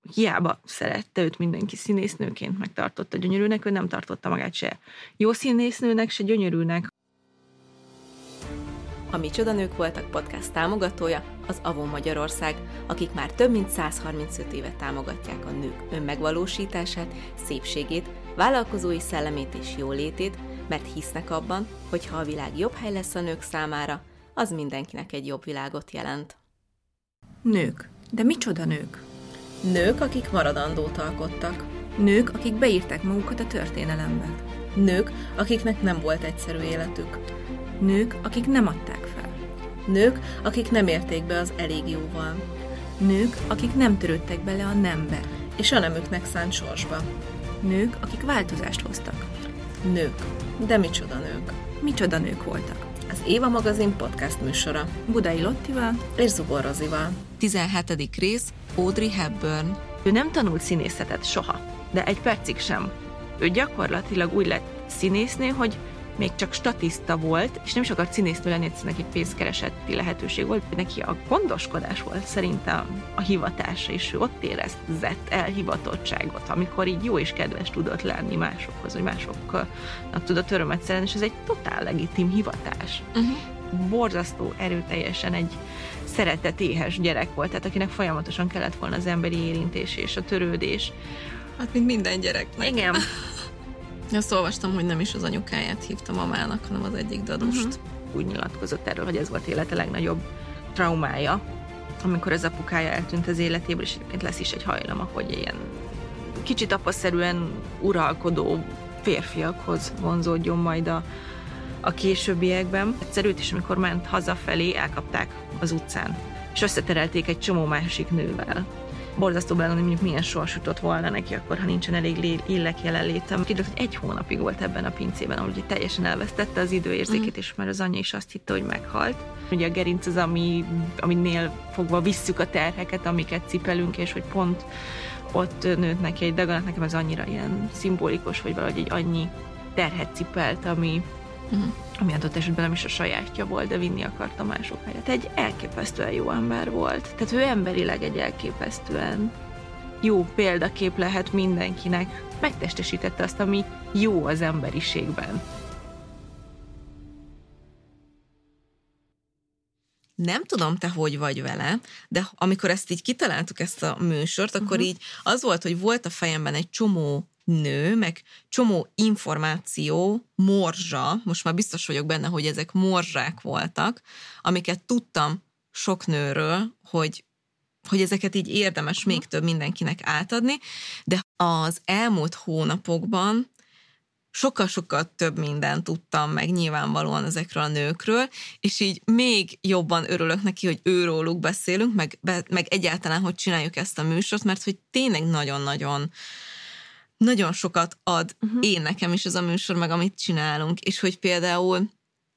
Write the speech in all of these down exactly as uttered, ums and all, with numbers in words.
hiába szerette őt mindenki színésznőként, megtartotta gyönyörűnek, ő nem tartotta magát se jó színésznőnek, se gyönyörűnek. A Micsoda Nők Voltak podcast támogatója az Avon Magyarország, akik már több mint száz harmincöt éve támogatják a nők önmegvalósítását, szépségét, vállalkozói szellemét és jólétét, mert hisznek abban, hogy ha a világ jobb hely lesz a nők számára, az mindenkinek egy jobb világot jelent. Nők. De micsoda nők? Nők, akik maradandót alkottak. Nők, akik beírták magukat a történelembe. Nők, akiknek nem volt egyszerű életük. Nők, akik nem adták fel. Nők, akik nem érték be az elég jóval. Nők, akik nem törődtek bele a nembe. És a nemüknek szánt sorsba. Nők, akik változást hoztak. Nők. De micsoda nők? Micsoda nők voltak? Az Éva magazin podcast műsora. Budai Lottival és Zubor Rozival. tizenhetedik rész, Audrey Hepburn. Ő nem tanult színészetet soha, de egy percig sem. Ő gyakorlatilag úgy lett színésznő, hogy még csak statiszta volt, és nem is akart színésznő lenni, egyszerűen neki pénzkereseti lehetőség volt. Neki a gondoskodás volt szerintem a hivatása, és ő ott érezett elhivatottságot, amikor így jó és kedves tudott lenni másokhoz, hogy másoknak tudott örömet szerezni, és ez egy totál legitim hivatás. Uh-huh. Borzasztó erőteljesen egy szeretetéhes gyerek volt, tehát akinek folyamatosan kellett volna az emberi érintés és a törődés. Hát, mint minden gyereknek. Igen. Azt olvastam, hogy nem is az anyukáját hívta mamának, hanem az egyik dadust. Uh-huh. Úgy nyilatkozott erről, hogy ez volt élete legnagyobb traumája, amikor az apukája eltűnt az életéből, és egyébként lesz is egy hajlama, hogy ilyen kicsit apaszerűen uralkodó férfiakhoz vonzódjon majd a, a későbbiekben. Egyszer őt is, amikor ment hazafelé, elkapták az utcán, és összeterelték egy csomó másik nővel. Borzasztó benne, hogy mondjuk milyen sors jutott volna neki akkor, ha nincsen elég illek jelenlétem. Kiderült, hogy egy hónapig volt ebben a pincében, ahol ugye teljesen elvesztette az időérzékét, mm. és már az anyja is azt hitte, hogy meghalt. Ugye a gerinc az, ami, aminél fogva visszük a terheket, amiket cipelünk, és hogy pont ott nőtt neki egy daganat, nekem ez annyira ilyen szimbolikus, hogy valahogy egy annyi terhet cipelt, ami, mm. ami adott esetben nem is a sajátja volt, de vinni akarta mások helyett. Egy elképesztően jó ember volt. Tehát ő emberileg egy elképesztően jó példakép lehet mindenkinek. Megtestesítette azt, ami jó az emberiségben. Nem tudom, te hogy vagy vele, de amikor ezt így kitaláltuk, ezt a műsort, akkor uh-huh. így az volt, hogy volt a fejemben egy csomó nő, meg csomó információ, morzsa, most már biztos vagyok benne, hogy ezek morzsák voltak, amiket tudtam sok nőről, hogy, hogy ezeket így érdemes még több mindenkinek átadni, de az elmúlt hónapokban sokkal-sokkal több mindent tudtam meg nyilvánvalóan ezekről a nőkről, és így még jobban örülök neki, hogy őróluk beszélünk, meg, meg egyáltalán, hogy csináljuk ezt a műsort, mert hogy tényleg nagyon-nagyon nagyon sokat ad uh-huh. én nekem is ez a műsor, meg amit csinálunk, és hogy például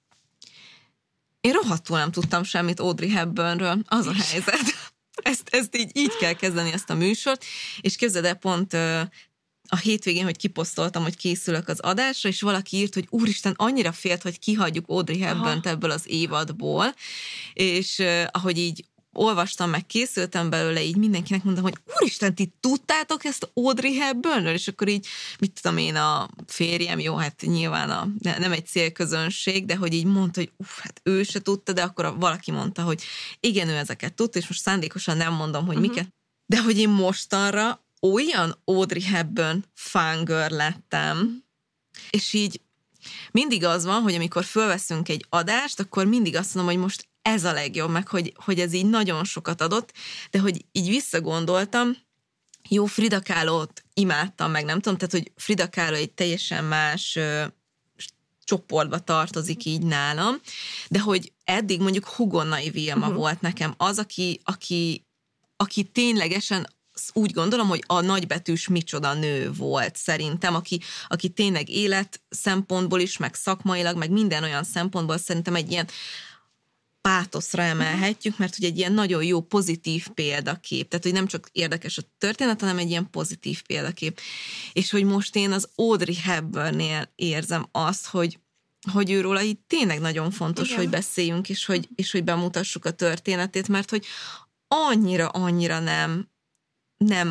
én rohadtul nem tudtam semmit Audrey Hepburnről, az a helyzet. Ezt, ezt így, így kell kezdeni ezt a műsort, és képzeld el pont a hétvégén, hogy kiposztoltam, hogy készülök az adásra, és valaki írt, hogy úristen, annyira félt, hogy kihagyjuk Audrey Hepburnt ebből az évadból, és ahogy így olvastam, meg készültem belőle, így mindenkinek mondtam, hogy úristen, ti tudtátok ezt Audrey Hepburnről? És akkor így, mit tudom én, a férjem, jó, hát nyilván a, nem egy célközönség, de hogy így mondta, hogy uff, hát ő se tudta, de akkor valaki mondta, hogy igen, ő ezeket tudta, és most szándékosan nem mondom, hogy uh-huh. miket. De hogy én mostanra olyan Audrey Hepburn fangirl lettem, és így mindig az van, hogy amikor fölveszünk egy adást, akkor mindig azt mondom, hogy most ez a legjobb, meg hogy, hogy ez így nagyon sokat adott, de hogy így visszagondoltam, jó, Frida Kahlo-t imádtam, meg nem tudom, tehát, hogy Frida Kahlo egy teljesen más ö, csoportba tartozik így nálam, de hogy eddig mondjuk Hugonnai Vilma uh-huh. volt nekem az, aki, aki, aki ténylegesen úgy gondolom, hogy a nagybetűs micsoda nő volt szerintem, aki, aki tényleg élet szempontból is, meg szakmailag, meg minden olyan szempontból szerintem egy ilyen pátoszra emelhetjük, mert hogy egy ilyen nagyon jó pozitív példakép, tehát hogy nem csak érdekes a történet, hanem egy ilyen pozitív példakép. És hogy most én az Audrey Hepburnnél érzem azt, hogy, hogy őróla így tényleg nagyon fontos, igen. hogy beszéljünk, és hogy, és hogy bemutassuk a történetét, mert hogy annyira, annyira nem, nem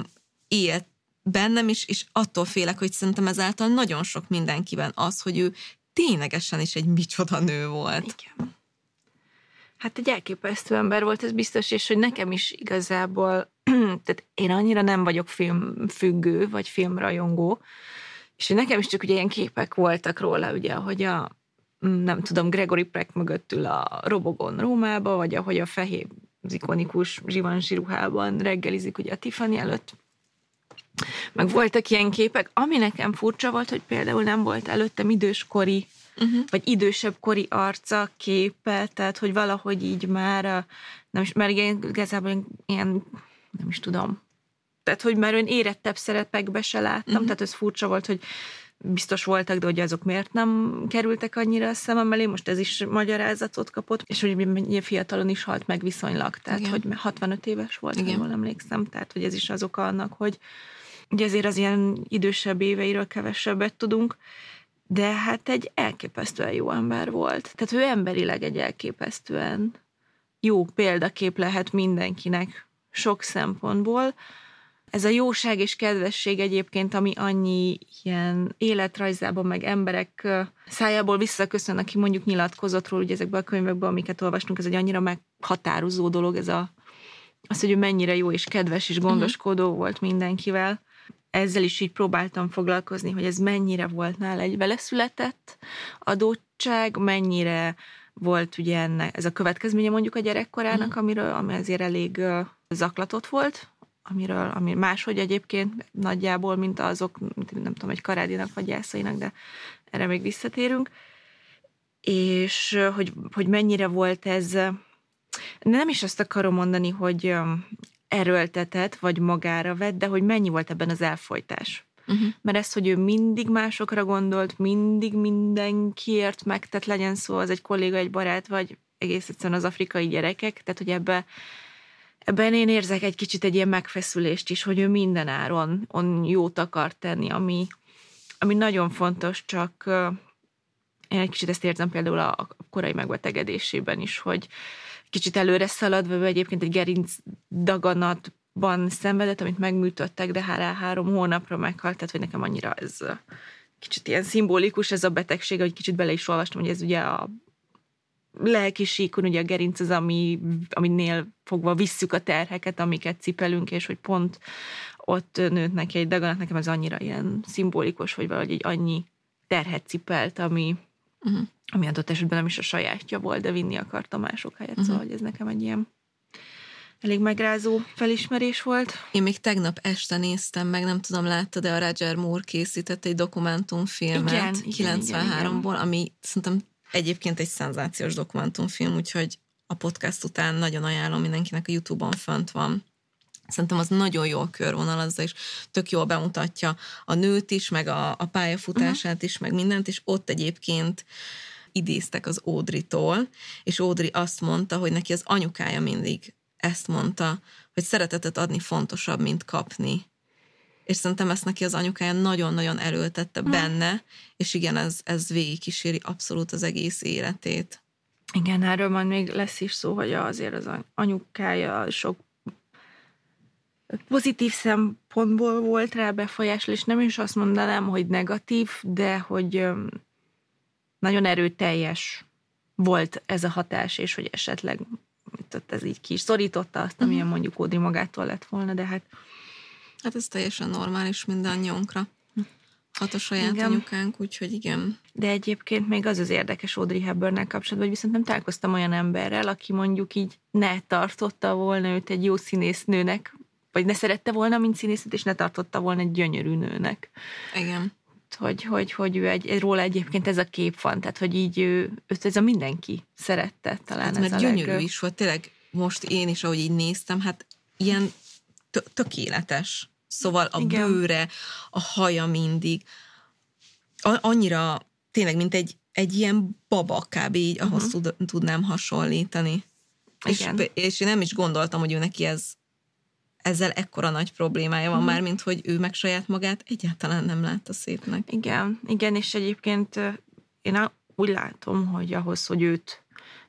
élt bennem is, és attól félek, hogy szerintem ezáltal nagyon sok mindenkiben az, hogy ő ténylegesen is egy micsoda nő volt. Igen. Hát egy elképesztő ember volt, ez biztos, és hogy nekem is igazából, tehát én annyira nem vagyok filmfüggő, vagy filmrajongó, és hogy nekem is csak ugye ilyen képek voltak róla, ugye, hogy a, nem tudom, Gregory Peck mögött ül a robogon Rómába, vagy ahogy a fehér, az ikonikus Givenchy ruhában reggelizik ugye a Tiffany előtt. Meg voltak ilyen képek, ami nekem furcsa volt, hogy például nem volt előttem időskori, uh-huh. vagy idősebb kori arca, képe, tehát hogy valahogy így már, a, nem is, mert igazából ilyen, nem is tudom, tehát hogy már olyan érettebb szerepekbe se láttam, uh-huh. tehát ez furcsa volt, hogy biztos voltak, de hogy azok miért nem kerültek annyira a szemem elé, most ez is magyarázatot kapott, és hogy mennyire fiatalon is halt meg viszonylag, tehát igen. hogy hatvanöt éves volt, ha jól emlékszem, tehát hogy ez is az oka annak, hogy ugye azért az ilyen idősebb éveiről kevesebbet tudunk, de hát egy elképesztően jó ember volt. Tehát ő emberileg egy elképesztően jó példakép lehet mindenkinek sok szempontból. Ez a jóság és kedvesség egyébként, ami annyi ilyen életrajzában, meg emberek szájából visszaköszön, aki mondjuk nyilatkozott róla, ugye ezekben a könyvekben, amiket olvastunk, ez egy annyira meghatározó dolog, ez a, az, hogy ő mennyire jó és kedves és gondoskodó uh-huh. volt mindenkivel. Ezzel is így próbáltam foglalkozni, hogy ez mennyire volt nála egy beleszületett adottság, mennyire volt ugye ennek, ez a következménye mondjuk a gyerekkorának, mm. amiről, ami azért elég uh, zaklatott volt, amiről, ami máshogy egyébként nagyjából, mint azok, nem tudom, egy Karádinak vagy Jászainak, de erre még visszatérünk. És uh, hogy, hogy mennyire volt ez, uh, nem is azt akarom mondani, hogy um, erőltetett, vagy magára vett, de hogy mennyi volt ebben az elfojtás. Uh-huh. Mert ez, hogy ő mindig másokra gondolt, mindig mindenkiért megtett, legyen szó, az egy kolléga, egy barát, vagy egész egyszerűen az afrikai gyerekek, tehát, hogy ebbe, ebben én érzek egy kicsit egy ilyen megfeszülést is, hogy ő minden áron on jót akar tenni, ami, ami nagyon fontos, csak én egy kicsit ezt érzem például a korai megbetegedésében is, hogy kicsit előre szaladva, egyébként egy gerinc daganatban szenvedett, amit megműtöttek, de rá három hónapra meghalt, tehát hogy nekem annyira ez kicsit ilyen szimbolikus ez a betegség, hogy kicsit bele is olvastam, hogy ez ugye a lelki síkon, ugye a gerinc az, ami, aminél fogva visszük a terheket, amiket cipelünk, és hogy pont ott nőtt neki egy daganat, nekem ez annyira ilyen szimbolikus, hogy valahogy egy annyi terhet cipelt, ami uh-huh. ami adott esetben nem is a sajátja volt, de vinni akarta mások helyett, uh-huh. szóval hogy ez nekem egy ilyen elég megrázó felismerés volt. Én még tegnap este néztem meg, nem tudom, láttad, de a Roger Moore készített egy dokumentumfilmet igen, kilencvenháromból, igen, ami szerintem egyébként egy szenzációs dokumentumfilm, úgyhogy a podcast után nagyon ajánlom mindenkinek, a YouTube-on fönt van. Szerintem az nagyon jól körvonalazza, és tök jól bemutatja a nőt is, meg a, a pályafutását uh-huh. is, meg mindent, és ott egyébként idéztek az Audrey-tól, és Audrey azt mondta, hogy neki az anyukája mindig ezt mondta, hogy szeretetet adni fontosabb, mint kapni. És szerintem ezt neki az anyukája nagyon-nagyon erőltette uh-huh. benne, és igen, ez, ez végigkíséri abszolút az egész életét. Igen, erről majd még lesz is szó, hogy azért az anyukája sok pozitív szempontból volt rá befolyásol, és nem is azt mondanám, hogy negatív, de hogy nagyon erőteljes volt ez a hatás, és hogy esetleg ez így ki is szorította azt, amilyen mondjuk Audrey magától lett volna, de hát... Hát ez teljesen normális mindannyiunkra. Hat a saját igen. anyukánk, úgyhogy igen. De egyébként még az az érdekes Audrey Hepburnnel kapcsolatban, hogy viszont nem találkoztam olyan emberrel, aki mondjuk így ne tartotta volna őt egy jó színésznőnek, vagy ne szerette volna, mint színészet, és ne tartotta volna egy gyönyörű nőnek. Igen. Hogy, hogy, hogy ő egy, róla egyébként ez a kép van, tehát hogy így ő, őt ez a mindenki szerette talán. Hát, ez mert gyönyörű leg... is volt, tényleg most én is, ahogy így néztem, hát ilyen t- tökéletes. Szóval a igen. bőre, a haja mindig, a- annyira tényleg, mint egy, egy ilyen baba kb. Így ahhoz uh-huh. tud, tudnám hasonlítani. És, és én nem is gondoltam, hogy ő neki ez ezzel ekkora nagy problémája van, mm. már, mint hogy ő meg saját magát egyáltalán nem látta szépnek. Igen, igen, és egyébként én úgy látom, hogy ahhoz, hogy őt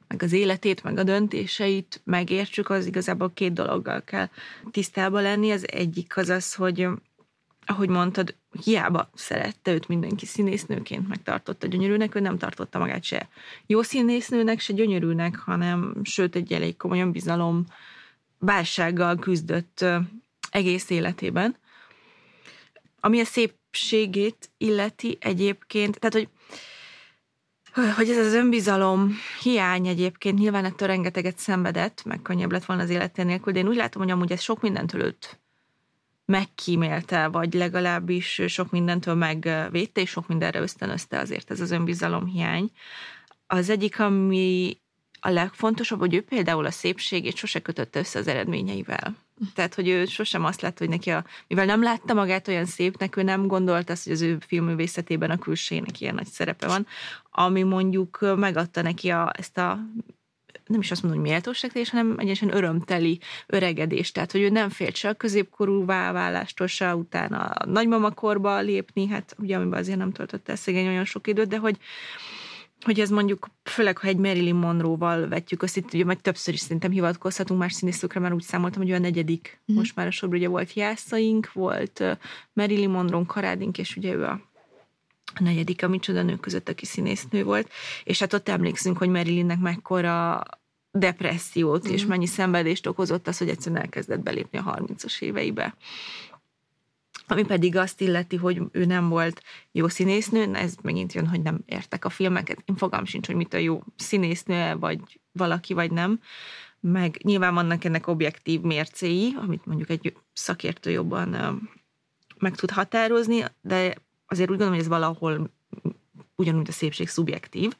meg az életét, meg a döntéseit megértsük, az igazából két dologgal kell tisztában lenni. Az egyik az az, hogy ahogy mondtad, hiába szerette őt mindenki színésznőként, megtartotta gyönyörűnek, ő nem tartotta magát se jó színésznőnek, se gyönyörűnek, hanem sőt egy elég komoly önbizalom válsággal küzdött egész életében. Ami a szépségét illeti egyébként, tehát hogy, hogy ez az önbizalom hiány egyébként nyilván ettől rengeteget szenvedett, meg könnyebb lett volna az életén nélkül, de én úgy látom, hogy amúgy ez sok mindentől őt megkímélte, vagy legalábbis sok mindentől megvédte, és sok mindenre ösztönözte azért ez az önbizalom hiány. Az egyik, ami a legfontosabb, hogy ő például a szépségét sose kötötte össze az eredményeivel. Tehát, hogy ő sosem azt látta, hogy neki a, mivel nem látta magát olyan szépnek, ő nem gondolta azt, hogy az ő filmművészetében a külsejének ilyen nagy szerepe van, ami mondjuk megadta neki a, ezt a nem is azt mondom, hogy méltóságteljes, hanem egyébként örömteli öregedés. Tehát, hogy ő nem félt se a középkorúvá válástól, se utána a nagymamakorba lépni, hát ugye amiben azért nem töltött el szegény olyan sok időt, de hogy, hogy ez mondjuk, főleg, ha egy Marilyn Monroe-val vetjük össze, ugye majd többször is szerintem hivatkozhatunk más színészőkre, mert úgy számoltam, hogy olyan negyedik, mm. most már a sorban ugye volt Jászaink, volt Marilyn Monroe, Karádink, és ugye ő a a negyedik, a micsoda nők között, aki színésznő volt, és hát ott emlékszünk, hogy Marilynnek mekkora depressziót mm. és mennyi szenvedést okozott az, hogy egyszerűen elkezdett belépni a harmincas éveibe. Ami pedig azt illeti, hogy ő nem volt jó színésznő, ez megint jön, hogy nem értek a filmeket, én fogalmam sincs, hogy mit a jó színésznő, vagy valaki, vagy nem, meg nyilván vannak ennek objektív mércéi, amit mondjuk egy szakértő jobban meg tud határozni, de azért úgy gondolom, hogy ez valahol ugyanúgy a szépség szubjektív.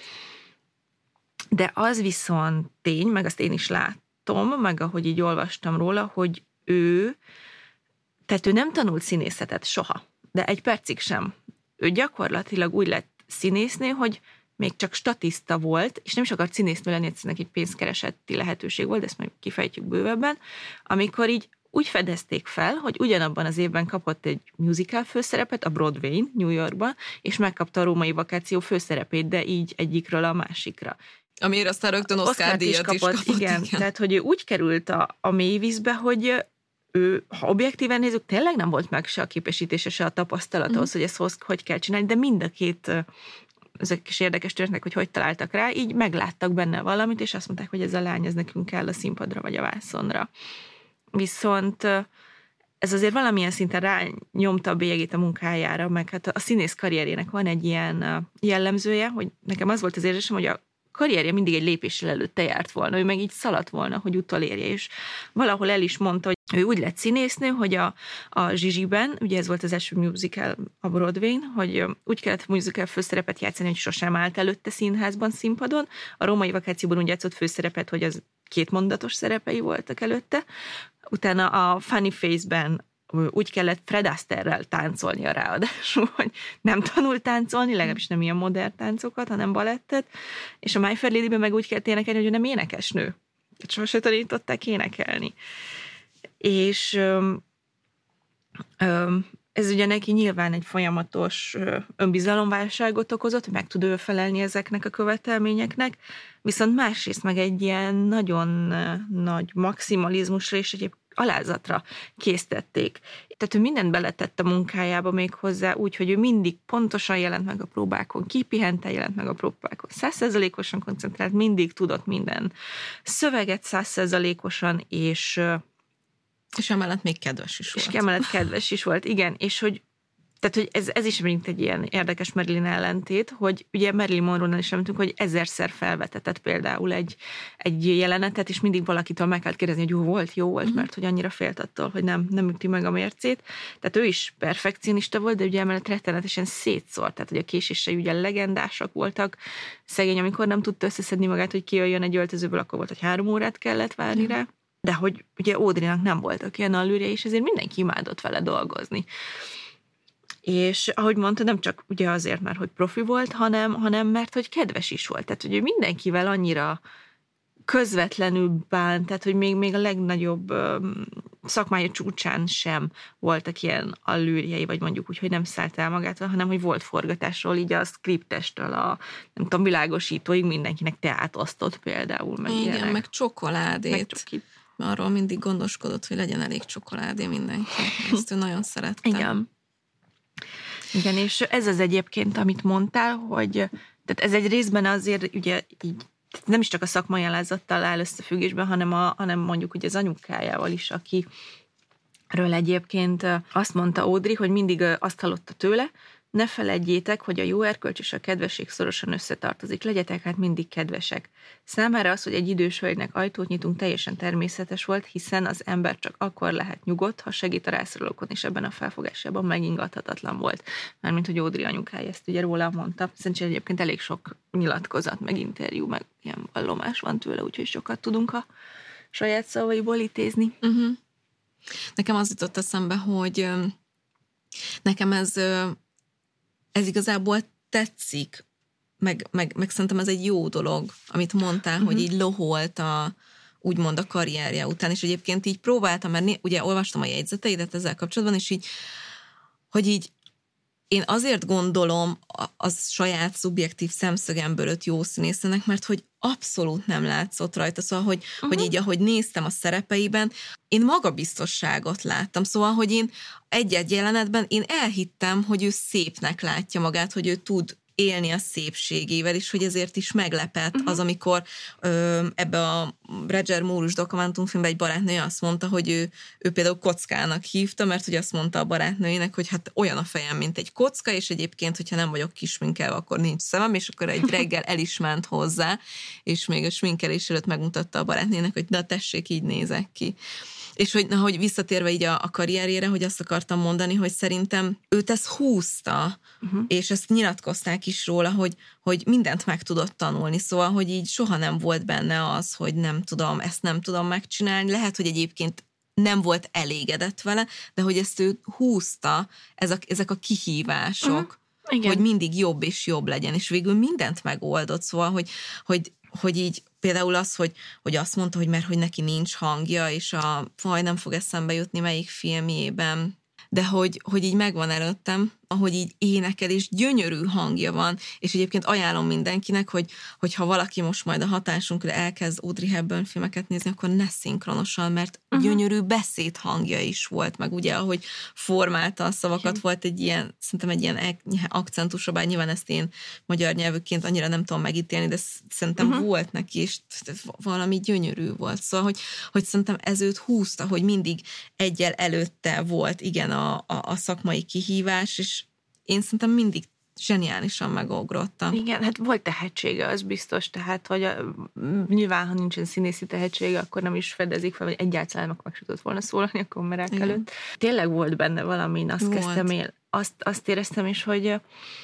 De az viszont tény, meg azt én is látom, meg ahogy így olvastam róla, hogy ő, tehát ő nem tanult színészetet soha, de egy percig sem. Ő gyakorlatilag úgy lett színésznő, hogy még csak statiszta volt, és nem is akart színésznő lenni, egyszerűen egy pénzkereseti lehetőség volt, de ezt majd kifejtjük bővebben, amikor így úgy fedezték fel, hogy ugyanabban az évben kapott egy musical főszerepet a Broadway-n, New Yorkban, és megkapta a Római Vakáció főszerepét, de így egyikről a másikra. Amiért aztán rögtön Oscar-díjat is kapott. kapott igen, igen, tehát hogy ő úgy került a, a mélyvízbe, hogy ő, ha objektíven nézzük, tényleg nem volt meg se a képesítése, se a tapasztalat ahhoz, mm. hogy ezt hoz, hogy kell csinálni, de mind a két, ezek is érdekes történetek, hogy hogy találtak rá, így megláttak benne valamit, és azt mondták, hogy ez a lány, ez nekünk kell a színpadra vagy a vászonra. Viszont ez azért valamilyen szinten rányomta a bélyegét a munkájára, meg hát a színész karrierjének van egy ilyen jellemzője, hogy nekem az volt az érzésem, hogy a karrierje mindig egy lépéssel előtte járt volna, ő meg így szaladt volna, hogy utolérje, és valahol el is mondta, hogy ő úgy lett színésznő, hogy a, a Zsizsiben, ugye ez volt az első musical a Broadway-n, hogy úgy kellett musical főszerepet játszani, hogy sosem állt előtte színházban, színpadon. A Római Vakációban úgy játszott főszerepet, hogy az kétmondatos szerepei voltak előtte. Utána a Funny Face-ben úgy kellett Fred Astairevel táncolnia ráadásul, hogy nem tanult táncolni, legalábbis nem ilyen modern táncokat, hanem balettet, és a My Fair Lady-ben meg úgy kellett énekelni, hogy ő nem énekesnő. Sose tanították énekelni. És öm, öm, ez ugye neki nyilván egy folyamatos önbizalomválságot okozott, hogy meg tud ő felelni ezeknek a követelményeknek, viszont másrészt meg egy ilyen nagyon nagy maximalizmusra és egyéb alázatra késztették. Tehát ő mindent beletett a munkájába még hozzá, úgy, hogy ő mindig pontosan jelent meg a próbákon, kipihente jelent meg a próbákon, száz százalékosan koncentrált, mindig tudott minden szöveget száz százalékosan, és És emellett még kedves is volt. És emellett kedves is volt, igen. És hogy, tehát, hogy ez, ez is mint egy ilyen érdekes Marilyn ellentét, hogy ugye Marilyn Monroe-nál is említünk, hogy ezerszer felvetetett például egy, egy jelenetet, és mindig valakitől meg kell kérdezni, hogy jó volt, jó volt, mm-hmm. mert hogy annyira félt attól, hogy nem, nem üti meg a mércét. Tehát ő is perfekcionista volt, de ugye emellett rettenetesen szétszórt, tehát hogy a késései ugye legendásak voltak. Szegény, amikor nem tudta összeszedni magát, hogy kijöjjön egy öltözőből, akkor volt, hogy három órát kellett várni rá. De hogy ugye Audrey-nak nem voltak ilyen allűrje, és ezért mindenki imádott vele dolgozni. És ahogy mondta, nem csak ugye azért, mert hogy profi volt, hanem, hanem mert hogy kedves is volt. Tehát, hogy mindenkivel annyira közvetlenül bán, tehát hogy még, még a legnagyobb um, szakmája csúcsán sem voltak ilyen allűrjei, vagy mondjuk úgy, hogy nem szállt el magától, hanem hogy volt forgatásról, így a skriptestől a nem tudom, világosítóig mindenkinek teát osztott például. Meg igen, ilyenek. meg csokoládét. Meg csoki. Arról mindig gondoskodott, hogy legyen elég csokoládé mindenki. Ezt ő nagyon szerette. Igen. Igen, és ez az egyébként, amit mondtál, hogy tehát ez egy részben azért ugye így nem is csak a szakmai alázattal áll összefüggésben, hanem, a, hanem mondjuk ugye az anyukájával is, akiről egyébként azt mondta Audrey, hogy mindig azt hallotta tőle, ne feledjétek, hogy a jó erkölcs és a kedvesség szorosan összetartozik. Legyetek hát mindig kedvesek. Számára az, hogy egy idős hölgynek ajtót nyitunk, teljesen természetes volt, hiszen az ember csak akkor lehet nyugodt, ha segít a rászorulókon, és ebben a felfogásában megingathatatlan volt. Mármint, hogy Audrey anyukája ezt ugye róla mondta. Szerintem egyébként elég sok nyilatkozat, meg interjú, meg ilyen vallomás van tőle, úgyhogy sokat tudunk a saját szavaiból ítézni. Uh-huh. Nekem az jutott eszembe, hogy nekem ez ez igazából tetszik, meg, meg, meg szerintem ez egy jó dolog, amit mondtál, uh-huh. hogy így loholt a, úgymond a karrierje után, és egyébként így próbáltam, mert né, ugye olvastam a jegyzeteidet ezzel kapcsolatban, és így, hogy így én azért gondolom az saját szubjektív szemszögemből öt jó színészenek, mert hogy abszolút nem látszott rajta, szóval, hogy, uh-huh. hogy így, ahogy néztem a szerepeiben, én magabiztosságot láttam, szóval, hogy én egy-egy jelenetben én elhittem, hogy ő szépnek látja magát, hogy ő tud élni a szépségével, és hogy ezért is meglepett uh-huh. az, amikor ö, ebbe a Roger Moore-us dokumentumfilmben egy barátnője azt mondta, hogy ő, ő például kockának hívta, mert hogy azt mondta a barátnőjének, hogy hát olyan a fejem, mint egy kocka, és egyébként, hogyha nem vagyok kisminkelve, akkor nincs szemem, és akkor egy reggel el is ment hozzá, és még a sminkelés előtt megmutatta a barátnőjének, hogy na tessék, így nézek ki. És hogy, na, hogy visszatérve így a, a karrierjére, hogy azt akartam mondani, hogy szerintem őt ez húzta, uh-huh. és ezt nyilatkozták is róla, hogy, hogy mindent meg tudott tanulni, szóval, hogy így soha nem volt benne az, hogy nem tudom, ezt nem tudom megcsinálni. Lehet, hogy egyébként nem volt elégedett vele, de hogy ezt ő húzta, ez a, ezek a kihívások, uh-huh. Igen. hogy mindig jobb és jobb legyen, és végül mindent megoldott, szóval, hogy, hogy hogy így például az, hogy, hogy azt mondta, hogy mert hogy neki nincs hangja, és a faj nem fog eszembe jutni melyik filmjében, de hogy, hogy így megvan előttem, ahogy így énekel, és gyönyörű hangja van, és egyébként ajánlom mindenkinek, hogy, hogy ha valaki most majd a hatásunkra elkezd Audrey Hepburn filmeket nézni, akkor ne szinkronosan, mert uh-huh. gyönyörű beszédhangja is volt, meg ugye, ahogy formálta a szavakat, okay. volt egy ilyen, szerintem egy ilyen akcentusra, bár nyilván ezt én magyar nyelvűként annyira nem tudom megítélni, de szerintem uh-huh. volt neki, és valami gyönyörű volt. Szóval, hogy, hogy szerintem ez őt húzta, hogy mindig egyel előtte volt, igen, a, a, a szakmai kihívás, és én szerintem mindig zseniálisan megugrottam. Igen, hát volt tehetsége, az biztos, tehát, hogy a, nyilván, ha nincsen színészi tehetsége, akkor nem is fedezik fel, vagy egyáltalán meg meg se tudott volna szólalni a kamerák Igen. előtt. Tényleg volt benne valami, én azt volt. kezdtem el, azt, azt éreztem is, hogy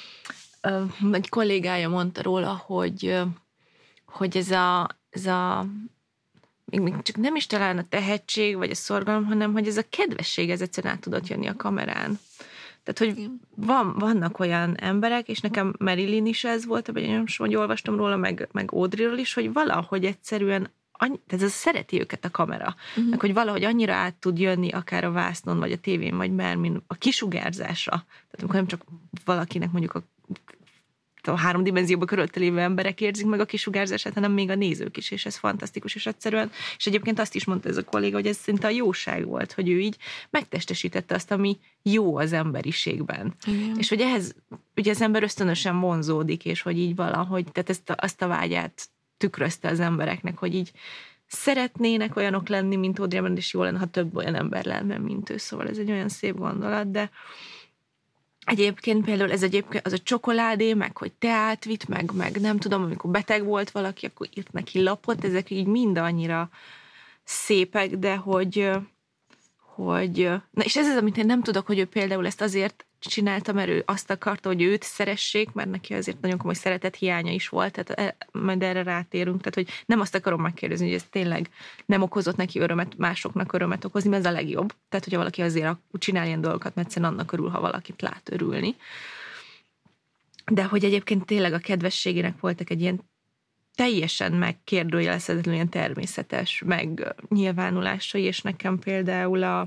uh, egy kollégája mondta róla, hogy, uh, hogy ez a, ez a még, még csak nem is talán a tehetség, vagy a szorgalom, hanem, hogy ez a kedvesség, ez egyszerűen át tudott jönni a kamerán. Tehát, hogy van, vannak olyan emberek, és nekem Marilyn is ez volt, hogy olvastam róla, meg, meg Audreyról is, hogy valahogy egyszerűen, annyi, tehát ez szereti őket a kamera, uh-huh. meg hogy valahogy annyira át tud jönni akár a vásznon, vagy a tévén, vagy bármin a kisugárzásra. Tehát amikor nem csak valakinek mondjuk a a három dimenzióban körülötte lévő emberek érzik meg a kisugárzását, hanem még a nézők is, és ez fantasztikus, és egyszerűen, és egyébként azt is mondta ez a kolléga, hogy ez szinte a jóság volt, hogy ő így megtestesítette azt, ami jó az emberiségben. Igen. És hogy ehhez ugye az ember ösztönösen vonzódik, és hogy így valahogy, tehát ezt a, azt a vágyát tükrözte az embereknek, hogy így szeretnének olyanok lenni, mint Audrey Hepburn, és jó lenne, ha több olyan ember lenne, mint ő, szóval ez egy olyan szép gondolat, de egyébként például ez egyébként az a csokoládé, meg hogy teát vitt, meg, meg nem tudom, amikor beteg volt valaki, akkor írt neki lapot, ezek így mind annyira szépek, de hogy, hogy na és ez az, amit én nem tudok, hogy ő például ezt azért csinálta, mert ő azt akarta, hogy őt szeressék, mert neki azért nagyon komoly szeretet hiánya is volt, tehát majd erre rátérünk, tehát hogy nem azt akarom megkérdezni, hogy ez tényleg nem okozott neki örömet, másoknak örömet okozni, mert ez a legjobb. Tehát, hogyha valaki azért csinál ilyen dolgokat, mert egyszerűen annak örül, ha valakit lát örülni. De hogy egyébként tényleg a kedvességének voltak egy ilyen teljesen megkérdőjelezhetetlen ilyen természetes megnyilvánulásai, és nekem például a,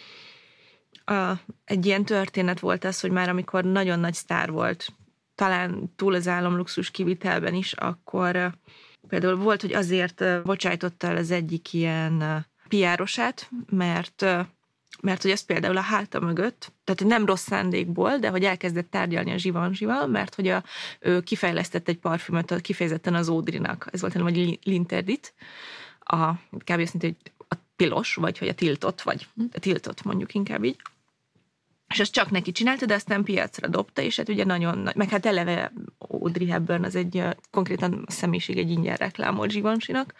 a, egy ilyen történet volt az, hogy már amikor nagyon nagy sztár volt, talán túl az álomluxus kivitelben is, akkor például volt, hogy azért bocsájtotta el az egyik ilyen pé er-osát, mert mert hogy ez például a háta mögött, tehát nem rossz szándékból, de hogy elkezdett tárgyalni a Givenchyval, mert hogy a, ő kifejlesztett egy parfümöt kifejezetten az Audrey-nak, ez volt nem, vagy L'Interdit, a, kb. Azt mondta, hogy a tilos, vagy hogy a tiltott, vagy a tiltott mondjuk inkább így. És azt csak neki csinálta, de aztán piacra dobta, és hát ugye nagyon nagy, meg hát eleve Audrey Hepburn az egy konkrétan a személyiség egy ingyen reklámolt Givenchynak,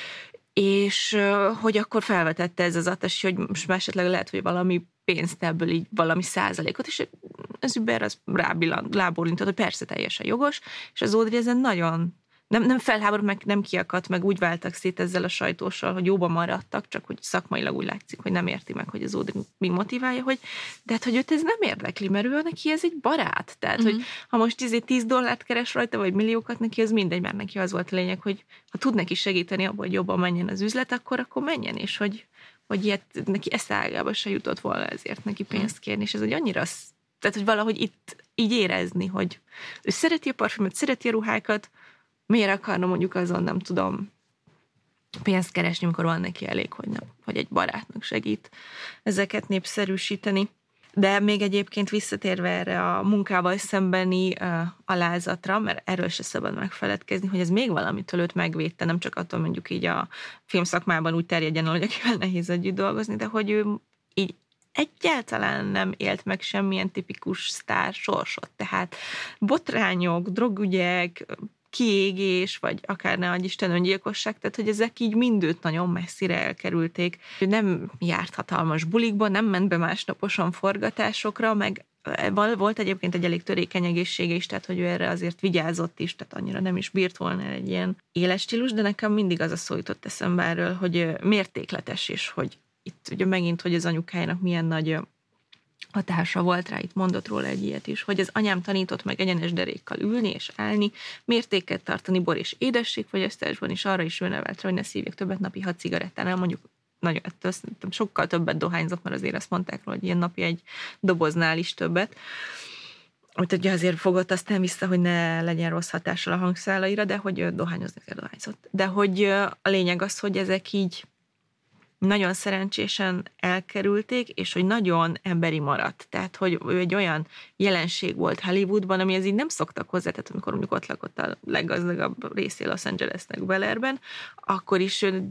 és hogy akkor felvetette ez az Atas, hogy most esetleg lehet, hogy valami pénzt ebből így valami százalékot, és az Uber az rábólintott, hogy persze teljesen jogos, és az Audrey ezen nagyon nem, nem felháborult, meg nem kiakadt, meg úgy váltak szét ezzel a sajtóssal, hogy jóban maradtak, csak hogy szakmailag úgy látszik, hogy nem érti meg, hogy az Audrey mi motiválja, hogy de hát, hogy őt ez nem érdekli, mert ő neki ez egy barát. Tehát, mm-hmm. hogy ha most tíz dollárt keres rajta, vagy milliókat, neki az mindegy, mert neki az volt a lényeg, hogy ha tud neki segíteni abban, hogy jobban menjen az üzlet, akkor, akkor menjen, és hogy, hogy ilyet neki eszágába se jutott volna ezért neki pénzt kérni, és ez hogy annyira, tehát, hogy valahogy itt így érezni, hogy ő szereti a parfümöt, szereti a ruhákat, miért akarna mondjuk azon, nem tudom, pénzt keresni, amikor van neki elég, hogy, nem, hogy egy barátnak segít ezeket népszerűsíteni. De még egyébként visszatérve erre a munkával szembeni uh, alázatra, mert erről se szabad megfeledkezni, hogy ez még valamitől őt megvédte, nem csak attól mondjuk így a filmszakmában úgy terjedjen, hogy akivel nehéz együtt dolgozni, de hogy ő így egyáltalán nem élt meg semmilyen tipikus sztár sorsot. Tehát botrányok, drogügyek, kiégés, vagy akár ne adj Isten öngyilkosság, tehát hogy ezek így mindőt nagyon messzire elkerülték. Ő nem járt hatalmas bulikba, nem ment be másnaposan forgatásokra, meg volt egyébként egy elég törékeny egészsége is, tehát hogy ő erre azért vigyázott is, tehát annyira nem is bírt volna egy ilyen éles stílus, de nekem mindig az a szó jutott eszembe erről, hogy mértékletes, és hogy itt ugye megint, hogy az anyukájának milyen nagy hatása volt rá, itt mondott róla egy ilyet is, hogy az anyám tanított meg egyenes derékkal ülni és állni, mértéket tartani bor és édességfogyasztásban is, arra is ő nevelt rá, hogy ne szívjak többet napi hat cigarettánál, mondjuk nagyon, ettől sokkal többet dohányzott, mert azért azt mondták róla, hogy ilyen napi egy doboznál is többet. Úgyhogy ugye azért fogott aztán vissza, hogy ne legyen rossz hatással a hangszálaira, de hogy dohányozni azért dohányzott. De hogy a lényeg az, hogy ezek így nagyon szerencsésen elkerülték, és hogy nagyon emberi maradt. Tehát, hogy ő egy olyan jelenség volt Hollywoodban, amihez így nem szoktak hozzá, tehát amikor mondjuk ott lakott a leggazdagabb részé Los Angelesnek, Bel Airben, akkor is ő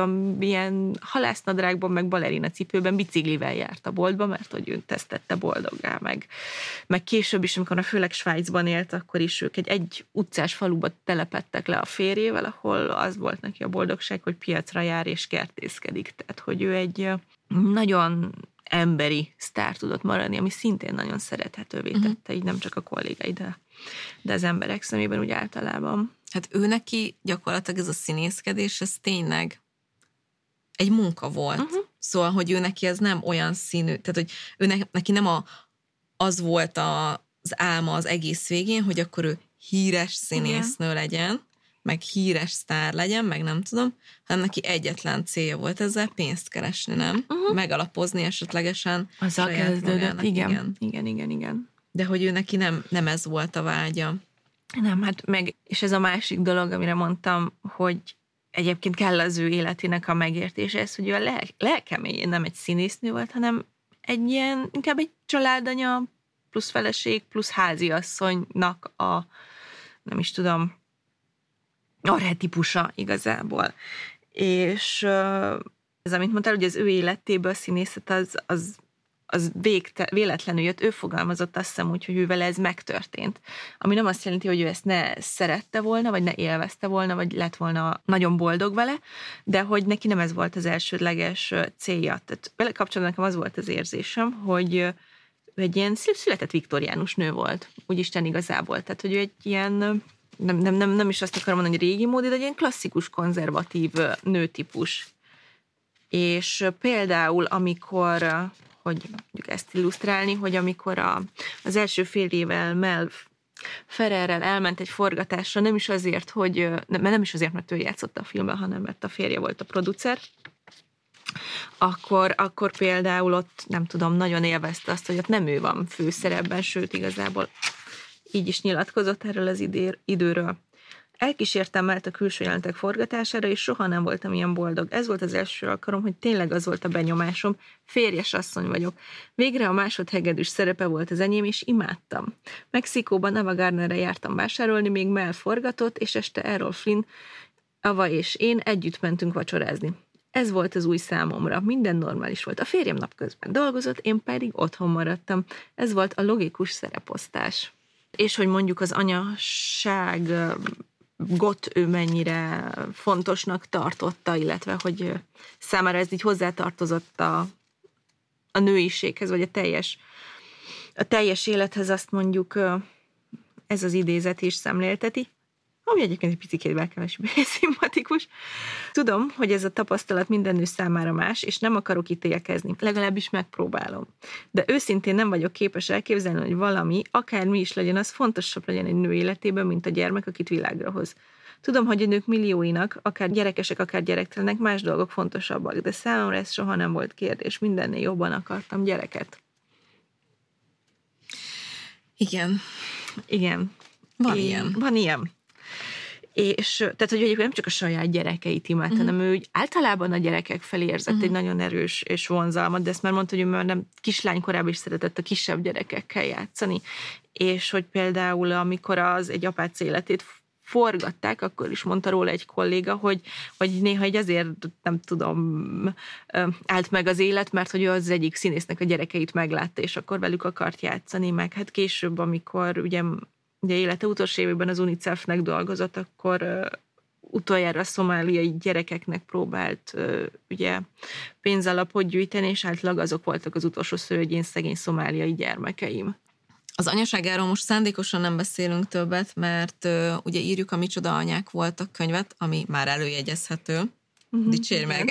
ilyen halásznadrágban, meg balerina cipőben biciklivel járt a boltba, mert hogy ő tesztette boldoggá, meg, meg később is, amikor a főleg Svájcban élt, akkor is ők egy egy utcás faluba telepedtek le a férjével, ahol az volt neki a boldogság, hogy piacra jár és kertészkedik. Tehát, hogy ő egy nagyon emberi sztár tudott maradni, ami szintén nagyon szerethetővé tette, uh-huh. így nem csak a kollégái, de, de az emberek szemében úgy általában. Hát ő neki gyakorlatilag ez a színészkedés, ez tényleg egy munka volt. Uh-huh. Szóval, hogy ő neki ez nem olyan színű, tehát, hogy ő ne, neki nem a, az volt a, az álma az egész végén, hogy akkor ő híres színésznő igen. legyen, meg híres sztár legyen, meg nem tudom, hanem neki egyetlen célja volt ezzel pénzt keresni, nem? Uh-huh. Megalapozni esetlegesen. Azzal kezdődött, igen. igen. Igen, igen, igen. De hogy ő neki nem, nem ez volt a vágya. Nem, hát meg, és ez a másik dolog, amire mondtam, hogy egyébként kell az ő életének a megértése, ez, hogy ő a lel- lelkeméjén nem egy színésznő volt, hanem egy ilyen, inkább egy családanya, plusz feleség, plusz háziasszonynak a, nem is tudom, archetipusa igazából. És ez, amit mondtál, hogy az ő életéből a színészet az, az az végte, véletlenül jött, ő fogalmazott azt hiszem úgy, hogy ő vele ez megtörtént. Ami nem azt jelenti, hogy ő ezt ne szerette volna, vagy ne élvezte volna, vagy lett volna nagyon boldog vele, de hogy neki nem ez volt az elsődleges célja. Tehát vele kapcsolatban nekem az volt az érzésem, hogy ő egy ilyen született viktoriánus nő volt, úgy Isten igazából. Tehát, hogy ő egy ilyen, nem, nem, nem, nem is azt akarom mondani, hogy régi módi, de egy ilyen klasszikus, konzervatív nőtípus. És például, amikor hogy mondjuk ezt illusztrálni, hogy amikor a, az első fél évvel Mel Ferrerrel elment egy forgatásra, nem is azért, hogy, nem, nem is azért, mert ő játszott a filmben, hanem mert a férje volt a producer, akkor, akkor például ott, nem tudom, nagyon élvezte azt, hogy ott nem ő van főszerepben, sőt, igazából így is nyilatkozott erről az idő, időről. Elkísértem Melt a külső jelentek forgatására, és soha nem voltam ilyen boldog. Ez volt az első alkalom, hogy tényleg az volt a benyomásom. Férjes asszony vagyok. Végre a másodhegedűs szerepe volt az enyém, és imádtam. Mexikóban Ava Gardnerre jártam vásárolni, még Mel forgatott, és este Errol Flynn, Ava és én együtt mentünk vacsorázni. Ez volt az új számomra. Minden normális volt. A férjem napközben dolgozott, én pedig otthon maradtam. Ez volt a logikus szereposztás. És hogy mondjuk az anyaság got ő mennyire fontosnak tartotta, illetve hogy számára ez így hozzátartozott a, a nőiséghez, vagy a teljes, a teljes élethez, azt mondjuk ez az idézet is szemlélteti, ami egyébként egy picit kevésbé szimpatikus. Tudom, hogy ez a tapasztalat minden nő számára más, és nem akarok ítélkezni, legalábbis megpróbálom. De őszintén nem vagyok képes elképzelni, hogy valami, akármi is legyen, az fontosabb legyen egy nő életében, mint a gyermek, akit világra hoz. Tudom, hogy a nők millióinak, akár gyerekesek, akár gyerektelenek, más dolgok fontosabbak, de számomra ez soha nem volt kérdés. Mindennél jobban akartam gyereket. Igen. Igen. Van Én, ilyen. Van ilyen. És tehát, hogy egyébként nem csak a saját gyerekeit imád, uh-huh. hanem ő úgy általában a gyerekek felé érzett uh-huh. egy nagyon erős és vonzalmat, de ezt már mondta, hogy ő már nem kislány korában is szeretett a kisebb gyerekekkel játszani. És hogy például, amikor az egy apác életét forgatták, akkor is mondta róla egy kolléga, hogy, hogy néha egy azért, nem tudom, állt meg az élet, mert hogy ő az egyik színésznek a gyerekeit meglátta, és akkor velük akart játszani, meg hát később, amikor ugye ugye élete utolsó évében az UNICEF-nek dolgozott, akkor uh, utoljára a szomáliai gyerekeknek próbált uh, ugye pénzalapot gyűjteni, és általában azok voltak az utolsó szörnyén szegény szomáliai gyermekeim. Az anyaságáról most szándékosan nem beszélünk többet, mert uh, ugye írjuk a Micsoda anyák voltak könyvet, ami már előjegyezhető. Uh-huh. Dicsérj meg!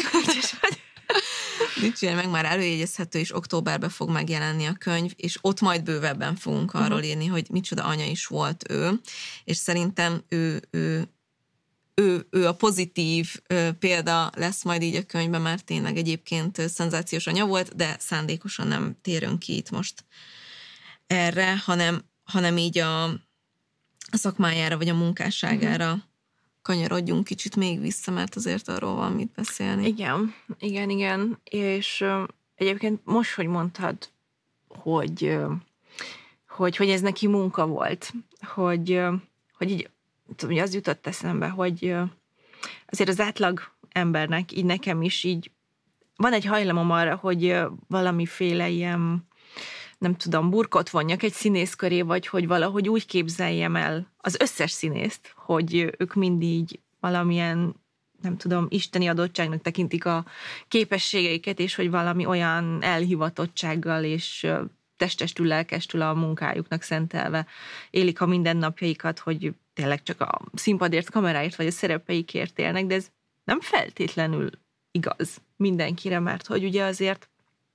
Dicsérj meg, már előjegyezhető, és októberben fog megjelenni a könyv, és ott majd bővebben fogunk arról uh-huh. írni, hogy micsoda anya is volt ő, és szerintem ő, ő, ő, ő a pozitív példa lesz majd így a könyvben, mert tényleg egyébként szenzációs anya volt, de szándékosan nem térünk ki itt most erre, hanem, hanem így a, a szakmájára, vagy a munkásságára uh-huh. kanyarodjunk kicsit még vissza, mert azért arról van mit beszélni. Igen, igen, igen. És uh, egyébként most, hogy mondtad, hogy, uh, hogy, hogy ez neki munka volt, hogy, uh, hogy így tudom, az jutott eszembe, hogy uh, azért az átlag embernek, így nekem is így van egy hajlamom arra, hogy uh, valamiféle ilyen, nem tudom, burkot vonjak egy színész köré, vagy hogy valahogy úgy képzeljem el az összes színészt, hogy ők mindig valamilyen, nem tudom, isteni adottságnak tekintik a képességeiket, és hogy valami olyan elhivatottsággal és testestül, lelkestül a munkájuknak szentelve élik a mindennapjaikat, hogy tényleg csak a színpadért, kameráért vagy a szerepeikért élnek, de ez nem feltétlenül igaz mindenkire, mert hogy ugye azért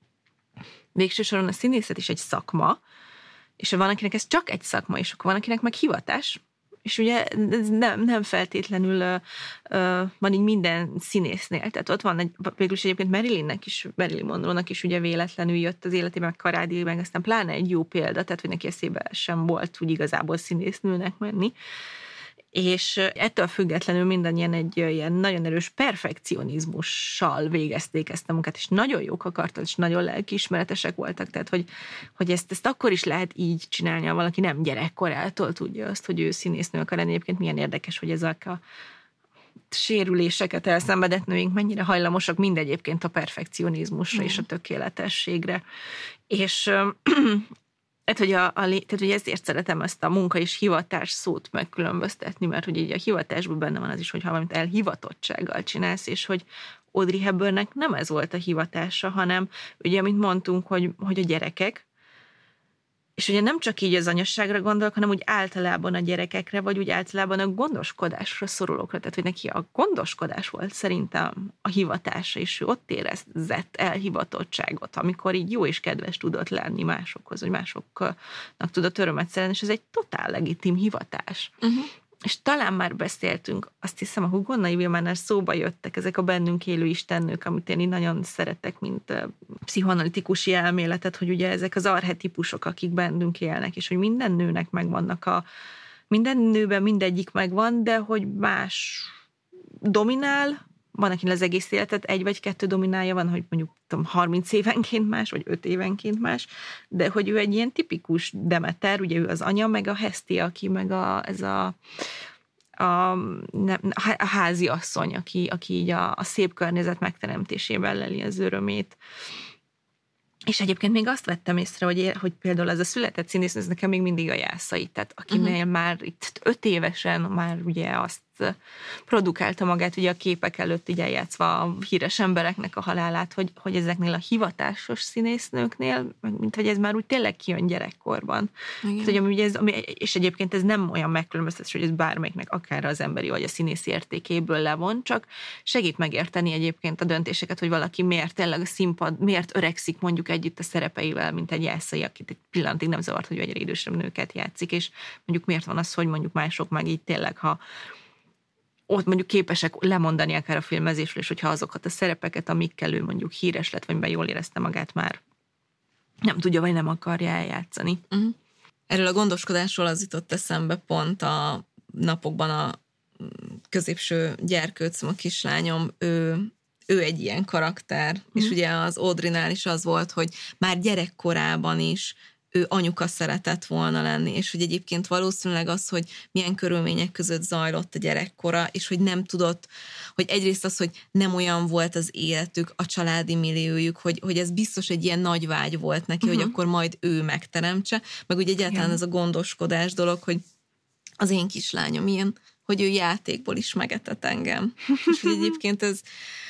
végső soron a színészet is egy szakma, és van, akinek ez csak egy szakma, és akkor van, akinek meg hivatás, és ugye ez nem, nem feltétlenül uh, uh, van így minden színésznél. Tehát ott van egy, végülis egyébként Marilynnek is, Marilyn Monroe-nak is ugye véletlenül jött az életében, meg Karádi, meg aztán pláne egy jó példa, tehát hogy neki eszébe sem volt úgy igazából színésznőnek menni. És ettől függetlenül mindannyian egy ilyen nagyon erős perfekcionizmussal végezték ezt a munkát, és nagyon jók akartak, és nagyon lelkiismeretesek voltak, tehát hogy, hogy ezt, ezt akkor is lehet így csinálni, ha valaki nem gyerekkorától tudja azt, hogy ő színésznő akar lenni. Egyébként milyen érdekes, hogy ezek a sérüléseket elszenvedett nőink mennyire hajlamosak mind egyébként a perfekcionizmusra mm. és a tökéletességre. És Hát, hogy, a, a, tehát, hogy ezért szeretem ezt a munka és hivatás szót megkülönböztetni, mert hogy így a hivatásban benne van az is, hogy ha valamit elhivatottsággal csinálsz, és hogy Audrey Hepburnnek nem ez volt a hivatása, hanem ugye, amit mondtunk, hogy, hogy a gyerekek, És ugye nem csak így az anyasságra gondolok, hanem úgy általában a gyerekekre, vagy úgy általában a gondoskodásra szorulókra. Tehát, hogy neki a gondoskodás volt szerintem a hivatása, és ő ott érezett elhivatottságot, amikor így jó és kedves tudott lenni másokhoz, vagy másoknak tudott örömet szerezni, és ez egy totál legitim hivatás. Uh-huh. És talán már beszéltünk, azt hiszem a Hugonnai Vilmánál szóba jöttek ezek a bennünk élő istennők, amit én így nagyon szeretek, mint pszichoanalitikusi elméletet, hogy ugye ezek az archetípusok, akik bennünk élnek, és hogy minden nőnek megvannak a, minden nőben mindegyik megvan, de hogy más dominál, van, akinek az egész életet egy vagy kettő dominálja, van, hogy mondjuk tudom, harminc évenként más, vagy öt évenként más, de hogy ő egy ilyen tipikus Demeter, ugye ő az anya, meg a Heszti, aki meg a, ez a, a, nem, a házi asszony, aki, aki így a, a szép környezet megteremtésében leli az örömét. És egyébként még azt vettem észre, hogy, hogy például ez a született színész, ez nekem még mindig a Jászai, tehát akinél uh-huh. már itt öt évesen már ugye azt produkálta magát, ugye a képek előtt így eljátszva a híres embereknek a halálát, hogy, hogy ezeknél a hivatásos színésznőknél, mint hogy ez már úgy tényleg kijön gyerekkorban. Tehát, hogy ami, ez, ami, és egyébként ez nem olyan megkülönböztetés, hogy ez bármelyiknek akár az emberi vagy a színészi értékéből levon, csak segít megérteni egyébként a döntéseket, hogy valaki miért tényleg a színpad, miért öregszik mondjuk együtt a szerepeivel, mint egy Jászai, akit egy pillanatig nem zavart, hogy egyre idősebb nőket játszik, és mondjuk miért van az, hogy mondjuk mások meg így tényleg, ha ott mondjuk képesek lemondani akár a filmezésről, és hogyha azokat a szerepeket, amikkel ő mondjuk híres lett, vagy miben jól érezte magát már, nem tudja, vagy nem akarja eljátszani. Uh-huh. Erről a gondoskodásról az jutott eszembe pont a napokban a középső gyerkőcöm, a kislányom, ő, ő egy ilyen karakter, uh-huh. és ugye az Audrey-nál is az volt, hogy már gyerekkorában is ő anyuka szeretett volna lenni, és hogy egyébként valószínűleg az, hogy milyen körülmények között zajlott a gyerekkora, és hogy nem tudott, hogy egyrészt az, hogy nem olyan volt az életük, a családi milliójuk, hogy, hogy ez biztos egy ilyen nagy vágy volt neki, uh-huh. hogy akkor majd ő megteremtse, meg ugye egyáltalán igen. ez a gondoskodás dolog, hogy az én kislányom ilyen, hogy ő játékból is megetett engem. És hogy egyébként ez,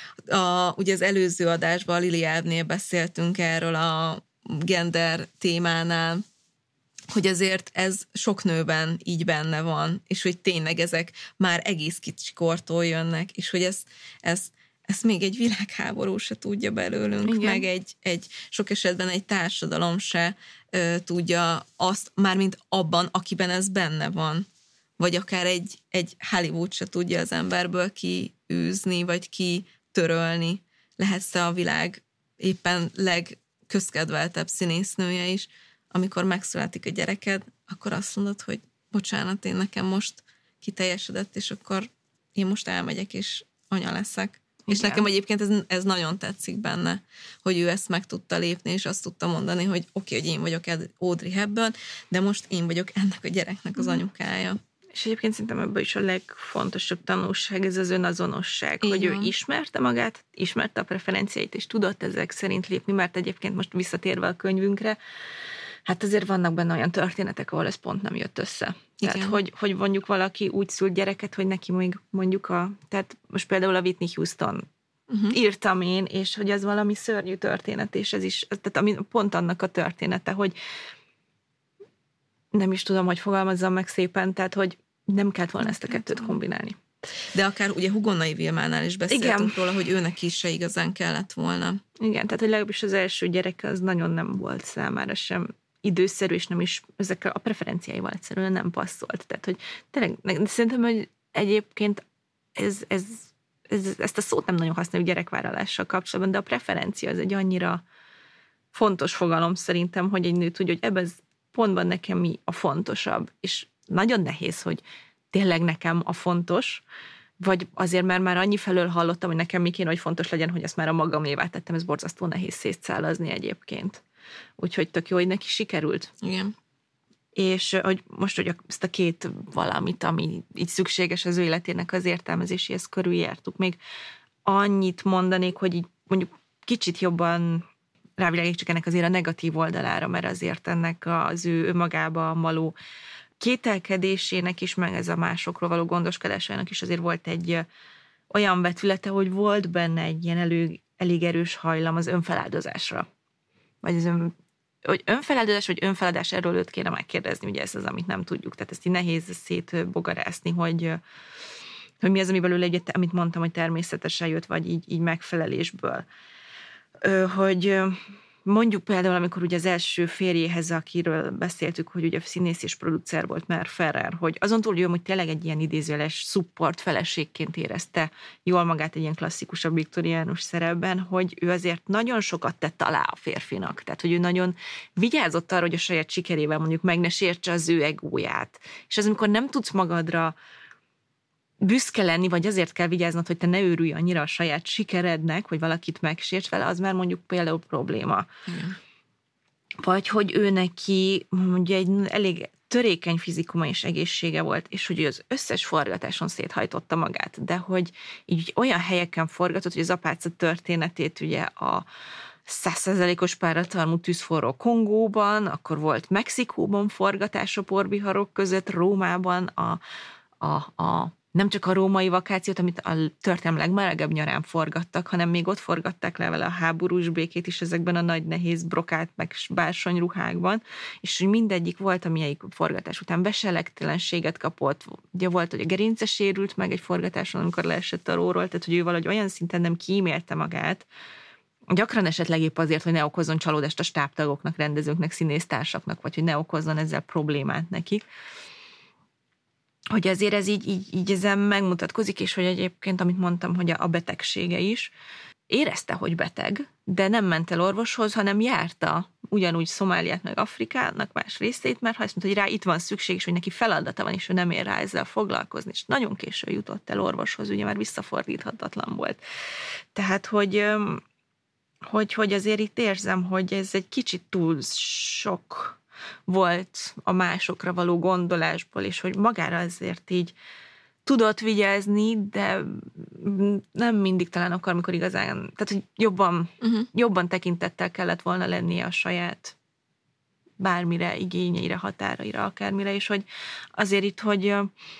a, ugye az előző adásban, a Lili Ábnél beszéltünk erről a gender témánál, hogy azért ez sok nőben így benne van, és hogy tényleg ezek már egész kicsikortól jönnek, és hogy ezt, ezt, ezt még egy világháború se tudja belőlünk, igen. meg egy, egy sok esetben egy társadalom se ö, tudja azt, mármint abban, akiben ez benne van. Vagy akár egy, egy Hollywood se tudja az emberből kiűzni, vagy kitörölni. Lehetsz te a világ éppen leg közkedveltebb színésznője is, amikor megszületik a gyereked, akkor azt mondod, hogy bocsánat, én nekem most kiteljesedett, és akkor én most elmegyek, és anya leszek. Igen. És nekem egyébként ez, ez nagyon tetszik benne, hogy ő ezt meg tudta lépni, és azt tudta mondani, hogy oké, okay, hogy én vagyok Audrey Hepburn, de most én vagyok ennek a gyereknek az anyukája. És egyébként szerintem ebből is a legfontosabb tanulság ez az önazonosság, igen. hogy ő ismerte magát, ismerte a preferenciáit, és tudott ezek szerint lépni, mert egyébként most visszatérve a könyvünkre, hát azért vannak benne olyan történetek, ahol ez pont nem jött össze. Igen. Tehát, hogy, hogy mondjuk valaki úgy szült gyereket, hogy neki még mondjuk a, tehát most például a Whitney Houston uh-huh. írtam én, és hogy ez valami szörnyű történet, és ez is, tehát ami pont annak a története, hogy nem is tudom, hogy fogalmazzam meg szépen, tehát, hogy nem kellett volna ezt a kettőt kombinálni. De akár ugye Hugonnai Vilmánál is beszéltünk igen. róla, hogy őnek is se igazán kellett volna. Igen, tehát hogy legalábbis az első gyereke az nagyon nem volt számára sem időszerű, és nem is ezekkel a preferenciáival egyszerűen nem passzolt. Tehát, hogy tényleg, szerintem, hogy egyébként ez, ez, ez, ezt a szót nem nagyon használjuk gyerekvállalással kapcsolatban, de a preferencia az egy annyira fontos fogalom szerintem, hogy egy nő tudja, hogy ebben pontban nekem mi a fontosabb, és nagyon nehéz, hogy tényleg nekem a fontos, vagy azért, mert már annyi felől hallottam, hogy nekem mi kéne, hogy fontos legyen, hogy ezt már a magamévá tettem, ez borzasztó nehéz szétszálazni egyébként. Úgyhogy tök jó, hogy neki sikerült. Igen. És hogy most, hogy ezt a két valamit, ami így szükséges az ő életének az értelmezéséhez körüljártuk, még annyit mondanék, hogy így mondjuk kicsit jobban rávilágítsuk ennek azért a negatív oldalára, mert azért ennek az ő önmagába való kételkedésének is, meg ez a másokról való gondoskodásának is azért volt egy olyan vetülete, hogy volt benne egy ilyen elő, elég erős hajlam az önfeláldozásra. Vagy az ön, hogy önfeledés vagy önfeledás, erről őt kéne megkérdezni, ugye ez az, amit nem tudjuk. Tehát ezt így nehéz szétbogarászni, hogy, hogy mi az, ami belőle, ugye, amit mondtam, hogy természetesen jött, vagy így, így megfelelésből. Hogy mondjuk például, amikor ugye az első férjéhez, akiről beszéltük, hogy ugye színész és producer volt Mel Ferrer, hogy azon túl, hogy tényleg egy ilyen idézőjeles support feleségként érezte jól magát egy ilyen klasszikusabb viktoriánus szerepben, hogy ő azért nagyon sokat tett alá a férfinak. Tehát, hogy ő nagyon vigyázott arra, hogy a saját sikerével mondjuk meg ne sértse az ő egóját. És az, amikor nem tudsz magadra büszke lenni, vagy azért kell vigyáznod, hogy te ne őrülj annyira a saját sikerednek, hogy valakit megsérts vele, az már mondjuk például probléma. Igen. Vagy hogy ő neki ugye egy elég törékeny fizikuma és egészsége volt, és hogy az összes forgatáson széthajtotta magát, de hogy így olyan helyeken forgatott, hogy az apáca történetét ugye a száz százalékos páratalmú tűzforró Kongóban, akkor volt Mexikóban forgatás a porbiharok között, Rómában a, a, a nem csak a római vakációt, amit a történelem legmelegebb nyarán forgattak, hanem még ott forgatták le vele a háborús békét is ezekben a nagy nehéz brokát, meg bársonyruhákban, és hogy mindegyik volt, amelyik forgatás után beselegtelenséget kapott. Ugye volt, hogy a gerince sérült meg egy forgatáson, amikor leesett a róról, tehát hogy ő valahogy olyan szinten nem kímélte magát, gyakran esetleg épp azért, hogy ne okozzon csalódást a stábtagoknak, rendezőknek, színésztársaknak, vagy hogy ne okozzon ezzel problémát nekik. Hogy azért ez így, így, így ezen megmutatkozik, és hogy egyébként, amit mondtam, hogy a betegsége is, érezte, hogy beteg, de nem ment el orvoshoz, hanem járta ugyanúgy Szomáliát meg Afrikának más részét, mert ha azt mondta, hogy rá itt van szükség, és hogy neki feladata van, és ő nem ér rá ezzel foglalkozni, és nagyon későn jutott el orvoshoz, ugye már visszafordíthatatlan volt. Tehát, hogy, hogy, hogy azért itt érzem, hogy ez egy kicsit túl sok volt a másokra való gondolásból, és hogy magára azért így tudott vigyázni, de nem mindig talán akkor, amikor igazán, tehát hogy jobban, uh-huh. jobban tekintettel kellett volna lennie a saját bármire, igényeire, határaira, akármire, és hogy azért itt, hogy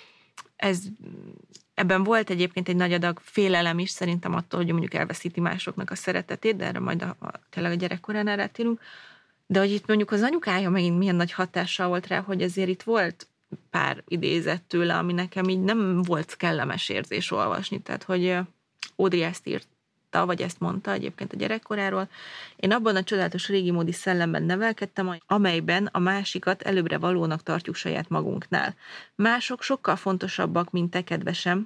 ez, ebben volt egyébként egy nagy adag félelem is, szerintem attól, hogy mondjuk elveszíti másoknak a szeretetét, de erre majd a, a, tényleg a gyerekkoránál rátérünk. De hogy itt mondjuk az anyukája megint milyen nagy hatással volt rá, hogy ezért itt volt pár idézet tőle, ami nekem így nem volt kellemes érzés olvasni. Tehát, hogy Audrey ezt írta, vagy ezt mondta egyébként a gyerekkoráról. Én abban a csodálatos régi módi szellemben nevelkedtem, amelyben a másikat előbbre valónak tartjuk saját magunknál. Mások sokkal fontosabbak, mint te, kedvesem,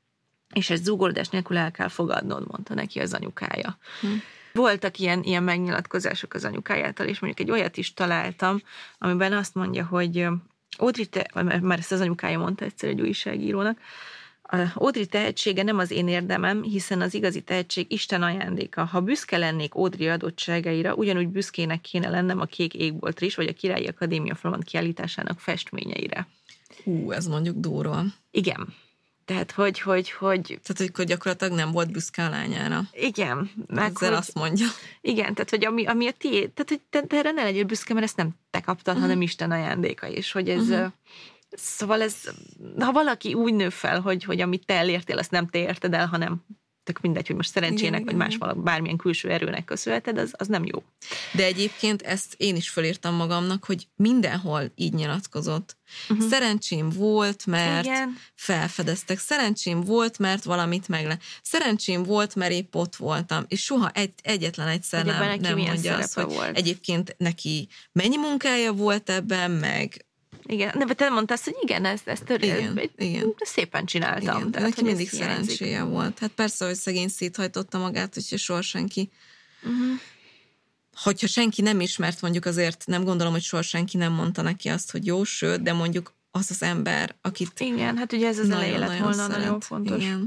és ezt zúgolódás nélkül el kell fogadnod, mondta neki az anyukája. Hm. Voltak ilyen, ilyen megnyilatkozások az anyukájától, és mondjuk egy olyat is találtam, amiben azt mondja, hogy Audrey, te, már ezt az anyukája mondta egyszer egy újságírónak, Audrey tehetsége nem az én érdemem, hiszen az igazi tehetség Isten ajándéka. Ha büszke lennék Audrey adottságaira, ugyanúgy büszkének kéne lennem a Kék égboltra is, vagy a Királyi Akadémia Flamand kiállításának festményeire. Hú, ez mondjuk durva. Igen. Tehát, hogy, hogy, hogy... Tehát, hogy gyakorlatilag nem volt büszke a lányára. Igen. Meg, Ezzel hogy, azt mondja. Igen, tehát, hogy ami, ami a tiéd, tehát, hogy te, te erre ne legyél büszke, mert ezt nem te kaptad, uh-huh. hanem Isten ajándéka is, hogy ez... Uh-huh. Szóval ez, ha valaki úgy nő fel, hogy, hogy amit te elértél, azt nem te érted el, hanem tök mindegy, hogy most szerencsének, igen, vagy igen. más valami, bármilyen külső erőnek köszönheted, az, az nem jó. De egyébként ezt én is felírtam magamnak, hogy mindenhol így nyilatkozott. Uh-huh. Szerencsém volt, mert igen. felfedeztek. Szerencsém volt, mert valamit megle. Szerencsém volt, mert épp ott voltam. És soha egy, egyetlen egyszer nem, nem mondja azt, hogy volt. Egyébként neki mennyi munkája volt ebben, meg igen, de te mondtad azt, hogy igen, ezt, ezt tör, igen, egy, igen. szépen csináltam. Igen, tehát, neki mindig szerencséje hiányzik. Volt. Hát persze, hogy szegény széthajtotta magát, hogyha soha senki. Uh-huh. Hogyha senki nem ismert, mondjuk azért nem gondolom, hogy soha senki nem mondta neki azt, hogy jó, sőt, de mondjuk az az ember, akit igen, hát ugye ez az elejé lett volna nagyon fontos. Igen.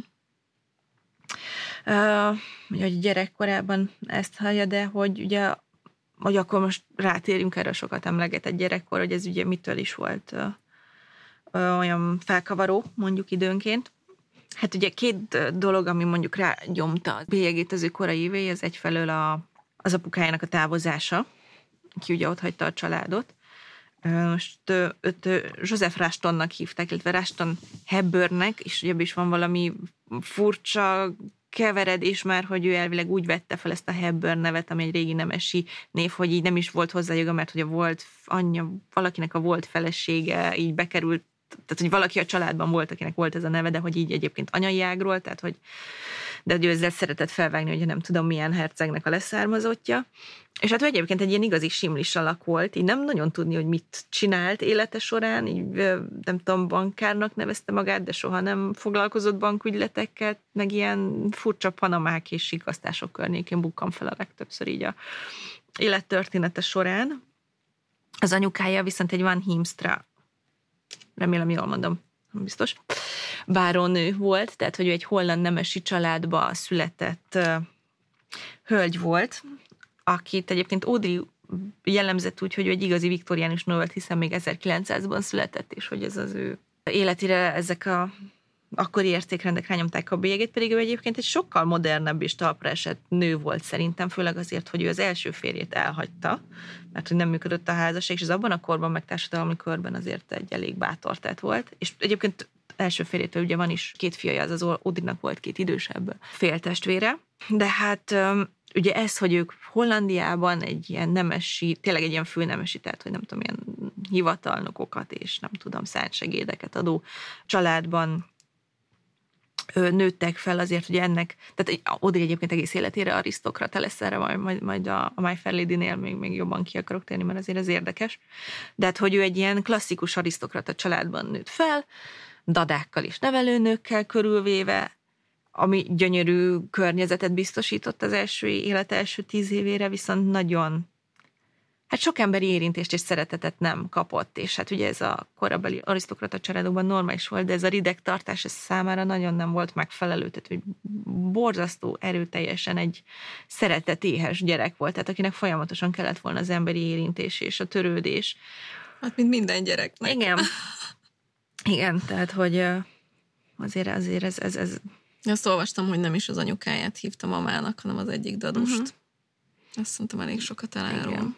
Uh, ugye, hogy gyerekkorában ezt hallja, de hogy ugye hogy akkor most rátérjünk erre, sokat emlegetett gyerekkor, hogy ez ugye mitől is volt ö, ö, olyan felkavaró, mondjuk időnként. Hát ugye két dolog, ami mondjuk rágyomta a bélyegét az ő korai évei, ez egyfelől a, az apukájának a távozása, ki ugye ott hagyta a családot. Most őt Joseph Rushtonnak hívták, illetve Rushton Hepburnnek, és ugye is van valami furcsa keveredés már, hogy ő elvileg úgy vette fel ezt a Hepburn nevet, ami egy régi nemesi név, hogy így nem is volt hozzá joga, mert hogy a volt anyja, valakinek a volt felesége így bekerült, tehát hogy valaki a családban volt, akinek volt ez a neve, de hogy így egyébként anyai ágról, tehát hogy de hogy ő ezzel szeretett felvágni, hogy nem tudom milyen hercegnek a leszármazottja. És hát ő egyébként egy ilyen igazi simlis alak volt, így nem nagyon tudni, hogy mit csinált élete során, így nem tudom, bankárnak nevezte magát, de soha nem foglalkozott bankügyletekkel, meg ilyen furcsa panamák és sikasztások környékén bukkan fel a legtöbbször így a élettörténete során. Az anyukája viszont egy Van Heemstra, remélem jól mondom, biztos, bárónő volt, tehát hogy ő egy holland nemesi családba született uh, hölgy volt, akit egyébként Audrey jellemzett úgy, hogy ő egy igazi viktoriánus nő volt, hiszen még ezerkilencszázban született, és hogy ez az ő életére ezek a akkori értékrendek rányomták a bélyegét, pedig ő egyébként egy sokkal modernebb és talpra esett nő volt szerintem, főleg azért, hogy ő az első férjét elhagyta, mert hogy nem működött a házasság, és az abban a korban, meg társadalmi körben azért egy elég bátor tett volt, és egyébként első férjétől ugye van is két fiaja, az az Audreynak volt két idősebb féltestvére, de hát ugye ez, hogy ők Hollandiában egy ilyen nemesi, tényleg egy ilyen főnemesi, tehát hogy nem tudom, ilyen hivatalnokokat és nem tudom, szárnysegédeket adó családban nőttek fel azért, hogy ennek, tehát Audrey egyébként egész életére arisztokrata lesz, erre majd, majd, majd a, a My Fair Lady-nél még, még jobban ki akarok térni, mert azért ez érdekes. De hát, hogy ő egy ilyen klasszikus arisztokrata családban nőtt fel, dadákkal és nevelőnőkkel körülvéve, ami gyönyörű környezetet biztosított az első élet első tíz évére, viszont nagyon, hát sok emberi érintést és szeretetet nem kapott, és hát ugye ez a korabeli arisztokrata családokban normális volt, de ez a rideg tartás ez számára nagyon nem volt megfelelő, tehát hogy borzasztó erőteljesen egy szeretetéhes gyerek volt, tehát akinek folyamatosan kellett volna az emberi érintés és a törődés. Hát mint minden gyereknek. Igen. Igen, tehát hogy azért, azért ez, ez, ez... Azt olvastam, hogy nem is az anyukáját hívta mamának, hanem az egyik dadust. Uh-huh. Azt szerintem elég sokat elárul. Igen.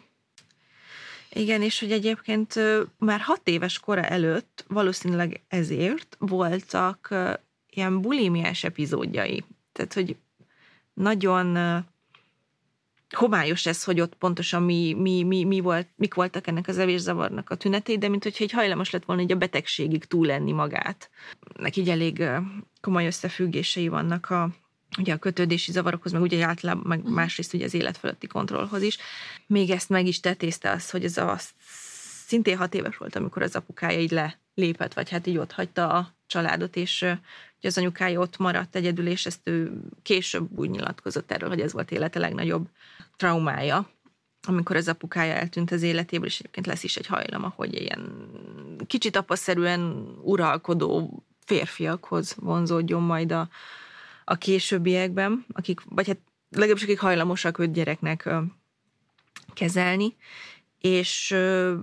Igen, és hogy egyébként már hat éves kora előtt valószínűleg ezért voltak ilyen bulimiás epizódjai. Tehát, hogy nagyon homályos ez, hogy ott pontosan mi, mi, mi, mi volt, mik voltak ennek az evészavarnak a tünetei, de mint hogyha egy hajlamos lett volna így a betegségig túlenni magát. Neki így elég komoly összefüggései vannak a, ugye a kötődési zavarokhoz, meg ugye általában, meg másrészt ugye az élet fölötti kontrollhoz is. Még ezt meg is tetézte az, hogy ez a szintén hat éves volt, amikor az apukája így lelépett, vagy hát így ott hagyta a családot, és ugye az anyukája ott maradt egyedül, és ezt ő később úgy nyilatkozott erről, hogy ez volt élete legnagyobb traumája, amikor az apukája eltűnt az életéből, és egyébként lesz is egy hajlama, hogy ilyen kicsit apaszerűen uralkodó férfiakhoz vonzódjon majd a, a későbbiekben, akik, vagy hát legalábbis akik hajlamosak őt gyereknek kezelni, és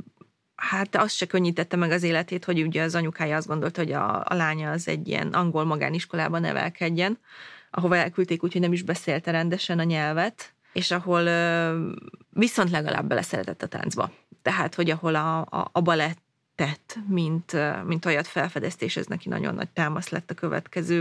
hát azt se könnyítette meg az életét, hogy ugye az anyukája azt gondolta, hogy a, a lánya az egy ilyen angol magániskolában nevelkedjen, ahova elküldték úgy, hogy nem is beszélte rendesen a nyelvet, és ahol viszont legalább beleszeretett a táncba. Tehát, hogy ahol a, a, a balettet, mint, mint olyat felfedezte, és ez neki nagyon nagy támasz lett a következő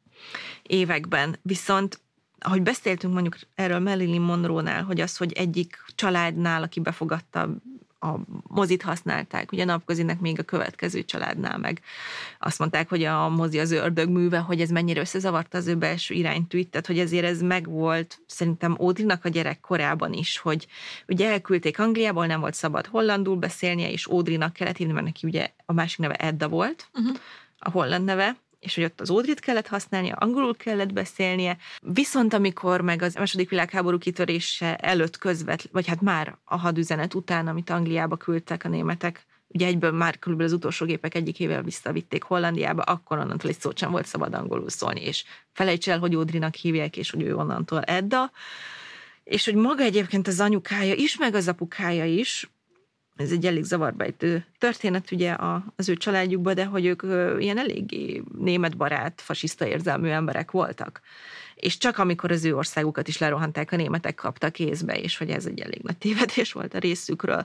években. Viszont ahogy beszéltünk mondjuk erről Marilyn Monroe-nál, hogy az, hogy egyik családnál, aki befogadta, a mozit használták, ugye Napközinek még a következő családnál meg azt mondták, hogy a mozi az ördög műve, hogy ez mennyire összezavarta az ő belső iránytűt, tehát hogy ezért ez megvolt szerintem Audreynak a gyerek korában is, hogy ugye elküldték Angliából, nem volt szabad hollandul beszélnie, és Audreynak kellett hívni, mert neki ugye a másik neve Edda volt, uh-huh. a holland neve, és hogy ott az Audreyt kellett használnia, angolul kellett beszélnie. Viszont amikor meg az második világháború kitörése előtt közvet, vagy hát már a hadüzenet után, amit Angliába küldtek a németek, ugye egyből már körülbelül az utolsó gépek egyikével visszavitték Hollandiába, akkor onnantól egy szót sem volt szabad angolul szólni, és felejts el, hogy Audreynak hívják, és hogy ő onnantól Edda. És hogy maga egyébként az anyukája is, meg az apukája is, ez egy elég zavarbejtő történet ugye az ő családjukban, de hogy ők ilyen eléggé németbarát, fasiszta érzelmű emberek voltak. És csak amikor az ő országukat is lerohanták, a németek kaptak kézbe, és hogy ez egy elég nagy tévedés volt a részükről.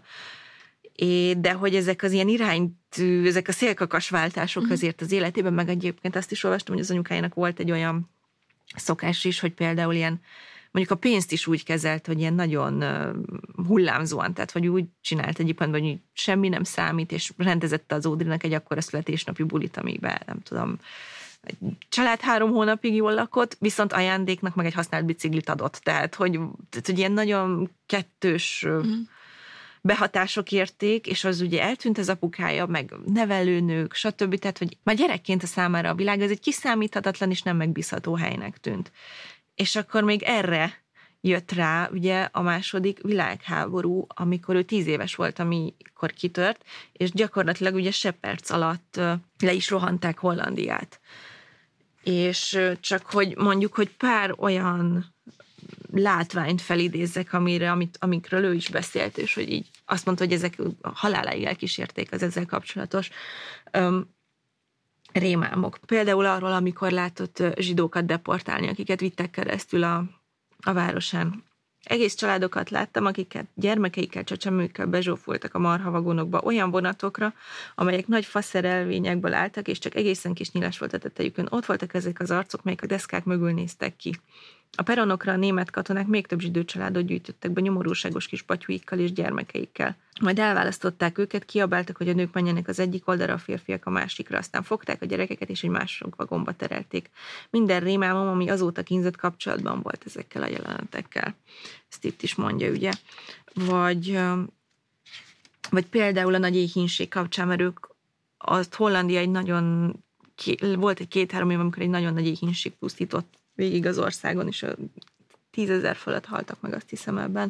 É, de hogy ezek az ilyen iránytű, ezek a szélkakas váltások azért az életében, meg egyébként azt is olvastam, hogy az anyukájának volt egy olyan szokás is, hogy például ilyen, mondjuk a pénzt is úgy kezelt, hogy ilyen nagyon hullámzóan, tehát hogy úgy csinált egyik pontban, hogy semmi nem számít, és rendezette az Audreynak egy akkora születésnapi bulit, amiben nem tudom, egy család három hónapig jól lakott, viszont ajándéknak meg egy használt biciklit adott. Tehát, hogy, tehát, hogy ilyen nagyon kettős mm. behatások érték, és az ugye eltűnt az apukája, meg nevelőnők, stb. Tehát, hogy már gyerekként a számára a világ, ez egy kiszámíthatatlan és nem megbízható helynek tűnt. És akkor még erre jött rá ugye a második világháború, amikor ő tíz éves volt, amikor kitört, és gyakorlatilag ugye se perc alatt le is rohanták Hollandiát. És csak hogy mondjuk, hogy pár olyan látványt felidézzek, amire, amit, amikről ő is beszélt, és hogy így azt mondta, hogy ezek haláláig elkísérték az ezzel kapcsolatos um, rémálmok. Például arról, amikor látott zsidókat deportálni, akiket vittek keresztül a, a városán. Egész családokat láttam, akiket gyermekeikkel, csecsemőkkel bezsófoltak a marhavagonokba olyan vonatokra, amelyek nagy faszerelvényekből álltak, és csak egészen kis nyílás volt a tetejükön. Ott voltak ezek az arcok, melyek a deszkák mögül néztek ki. A peronokra a német katonák még több zsidó családot gyűjtöttek be nyomorúságos kis patyúikkal és gyermekeikkel. Majd elválasztották őket, kiabáltak, hogy a nők menjenek az egyik oldalra, a férfiak a másikra, aztán fogták a gyerekeket, és egy mások vagomba terelték. Minden rémálmom, ami azóta kínzott, kapcsolatban volt ezekkel a jelenetekkel. Ezt itt is mondja, ugye. Vagy, vagy például a nagy éhínség kapcsán, mert ők, az Hollandia egy nagyon, volt egy két-három év, amikor egy nagyon nagy éhínség pusztított végig az országon, és a tízezer fölött haltak meg, azt hiszem ebben.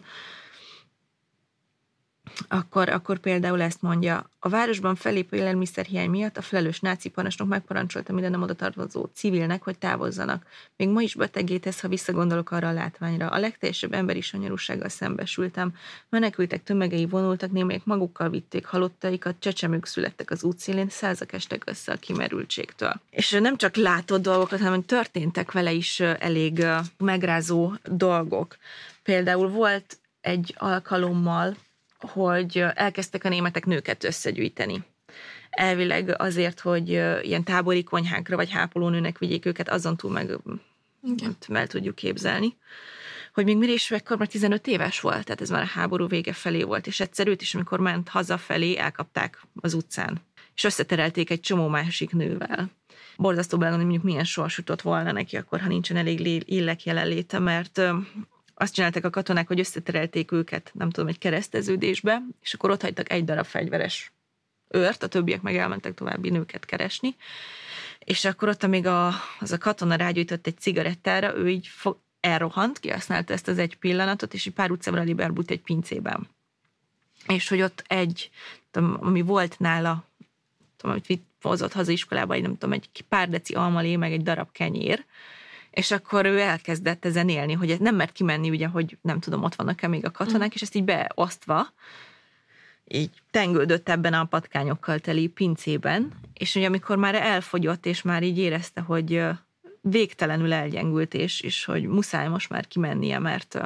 Akkor, akkor például ezt mondja, a városban felépő élelmiszerhiány miatt a felelős náci parancsnok megparancsolta minden nem oda tartozó civilnek, hogy távozzanak. Még ma is beteggé tesz, ha visszagondolok arra a látványra. A legteljesebb emberi sanyarúsággal szembesültem. Menekültek tömegei vonultak, némelyek magukkal vitték halottaikat, csecsemők születtek az útszélén, százak estek össze a kimerültségtől. És nem csak látott dolgokat, hanem történtek vele is elég megrázó dolgok. Például volt egy alkalommal, hogy elkezdtek a németek nőket összegyűjteni. Elvileg azért, hogy ilyen tábori konyhákra vagy hápolónőnek vigyék őket, azon túl meg el tudjuk képzelni. Hogy még mire is ekkor már tizenöt éves volt, tehát ez már a háború vége felé volt, és egyszer őt is, amikor ment hazafelé, elkapták az utcán, és összeterelték egy csomó másik nővel. Borzasztó belengondolni, mondjuk milyen sors jutott volna neki akkor, ha nincsen elég illek jelenléte, mert azt csinálták a katonák, hogy összeterelték őket, nem tudom, egy kereszteződésbe, és akkor ott hagytak egy darab fegyveres őrt, a többiek meg elmentek további nőket keresni, és akkor ott, amíg a, az a katona rágyújtott egy cigarettára, ő így fog, elrohant, kihasználta ezt az egy pillanatot, és egy pár utcára libert egy pincében. És hogy ott egy, tudom, ami volt nála, tudom, amit hozott haza iskolába, egy, nem tudom, egy pár deci almalé, meg egy darab kenyér, és akkor ő elkezdett ezen élni, hogy nem mert kimenni, ugye, hogy nem tudom, ott vannak-e még a katonák, mm. és ezt így beosztva, így tengődött ebben a patkányokkal teli pincében, és ugye amikor már elfogyott, és már így érezte, hogy végtelenül elgyengült, és, és hogy muszáj most már kimennie, mert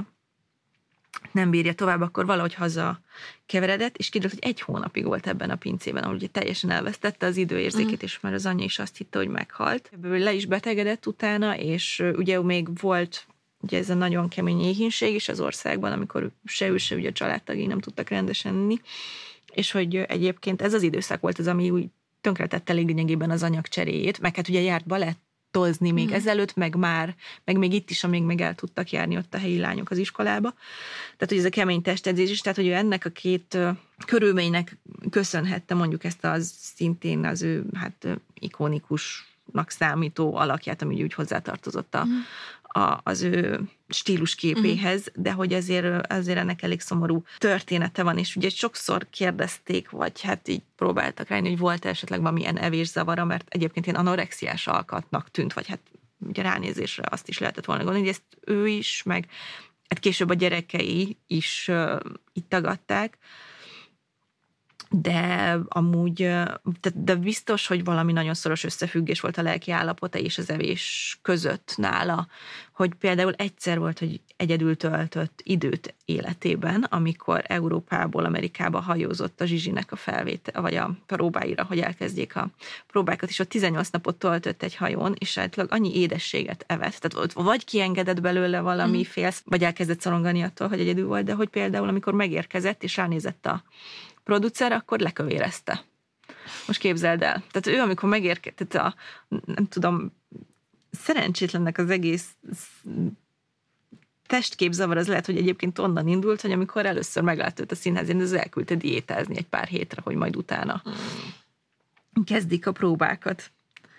nem bírja tovább, akkor valahogy haza keveredett, és kiderült, hogy egy hónapig volt ebben a pincében, ahol ugye teljesen elvesztette az időérzékét, uh-huh. és már az anyja is azt hitte, hogy meghalt. Ebből le is betegedett utána, és ugye még volt ugye ez a nagyon kemény éhínség is az országban, amikor se ő, se ugye a családtagjai nem tudtak rendesen enni, és hogy egyébként ez az időszak volt az, ami úgy tönkretette lényegében az anyag cseréjét, meg hát ugye járt balettozni még mm. ezelőtt, meg már, meg még itt is, amíg meg el tudtak járni ott a helyi lányok az iskolába. Tehát, hogy ez a kemény testedzés is, tehát, hogy ő ennek a két uh, körülménynek köszönhette mondjuk ezt az szintén az ő hát uh, ikonikusnak számító alakját, ami úgy hozzátartozott a, mm. a, az ő stílusképéhez, mm. de hogy azért, azért ennek elég szomorú története van, és ugye sokszor kérdezték, vagy hát így próbáltak rájönni, hogy volt esetleg valamilyen evészavara, mert egyébként ilyen anorexiás alkatnak tűnt, vagy hát ugye ránézésre azt is lehetett volna gondolni, hogy ezt ő is, meg hát később a gyerekei is uh, így tagadták, de amúgy, de biztos, hogy valami nagyon szoros összefüggés volt a lelki állapota és az evés között nála, hogy például egyszer volt, hogy egyedül töltött időt életében, amikor Európából Amerikába hajózott a Zsizsinek a felvétel, vagy a próbáira, hogy elkezdjék a próbákat, és ott tizennyolc napot töltött egy hajón, és általában annyi édességet evett, tehát ott vagy kiengedett belőle valami mm. félsz, vagy elkezdett szorongani attól, hogy egyedül volt, de hogy például amikor megérkezett, és ránézett a producer, akkor lekövérezte. Most képzeld el. Tehát ő, amikor megérkezett, a, nem tudom, szerencsétlennek az egész testképzavar az lehet, hogy egyébként onnan indult, hogy amikor először meglátta őt a színházén, az elküldte diétázni egy pár hétre, hogy majd utána kezdik a próbákat.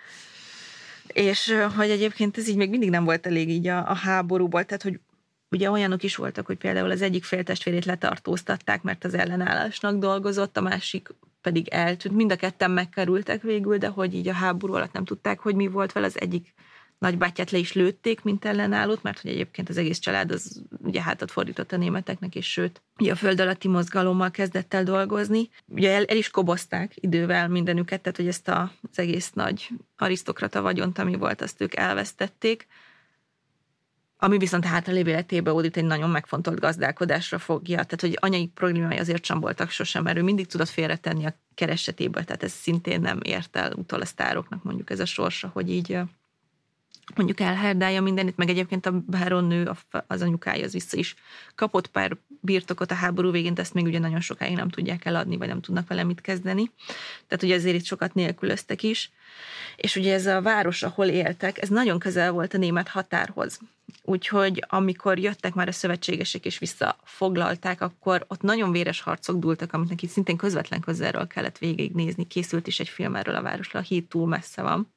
És hogy egyébként ez így még mindig nem volt elég így a, a háborúból, tehát hogy ugye olyanok is voltak, hogy például az egyik féltestvérét letartóztatták, mert az ellenállásnak dolgozott, a másik pedig eltűnt. Mind a ketten megkerültek végül, de hogy így a háború alatt nem tudták, hogy mi volt vele. Az egyik nagybátyját le is lőtték, mint ellenállót, mert hogy egyébként az egész család az ugye hátat fordított a németeknek, és sőt, ugye a föld alatti mozgalommal kezdett el dolgozni. Ugye el, el is kobozták idővel mindenüket, tehát hogy ezt a, az egész nagy arisztokrata vagyont, ami volt, azt ők elvesztették. Ami viszont hátralévő életébe Ódit egy nagyon megfontolt gazdálkodásra fogja. Tehát, hogy anyai problémái azért sem voltak sosem, mert ő mindig tudott félretenni a keresetéből, tehát ez szintén nem ért el utol a sztároknak mondjuk ez a sorsa, hogy így mondjuk elherdálja mindenit, meg egyébként a báronnő, az anyukája az vissza is kapott pár birtokot a háború végén, de ezt még ugye nagyon sokáig nem tudják eladni, vagy nem tudnak vele mit kezdeni. Tehát ugye ezért itt sokat nélkülöztek is. És ugye ez a város, ahol éltek, ez nagyon közel volt a német határhoz. Úgyhogy amikor jöttek már a szövetségesek és visszafoglalták, akkor ott nagyon véres harcok dúltak, amit neki szintén közvetlen közelről kellett végignézni. Készült is egy film erről a városról, a híd túl messze van.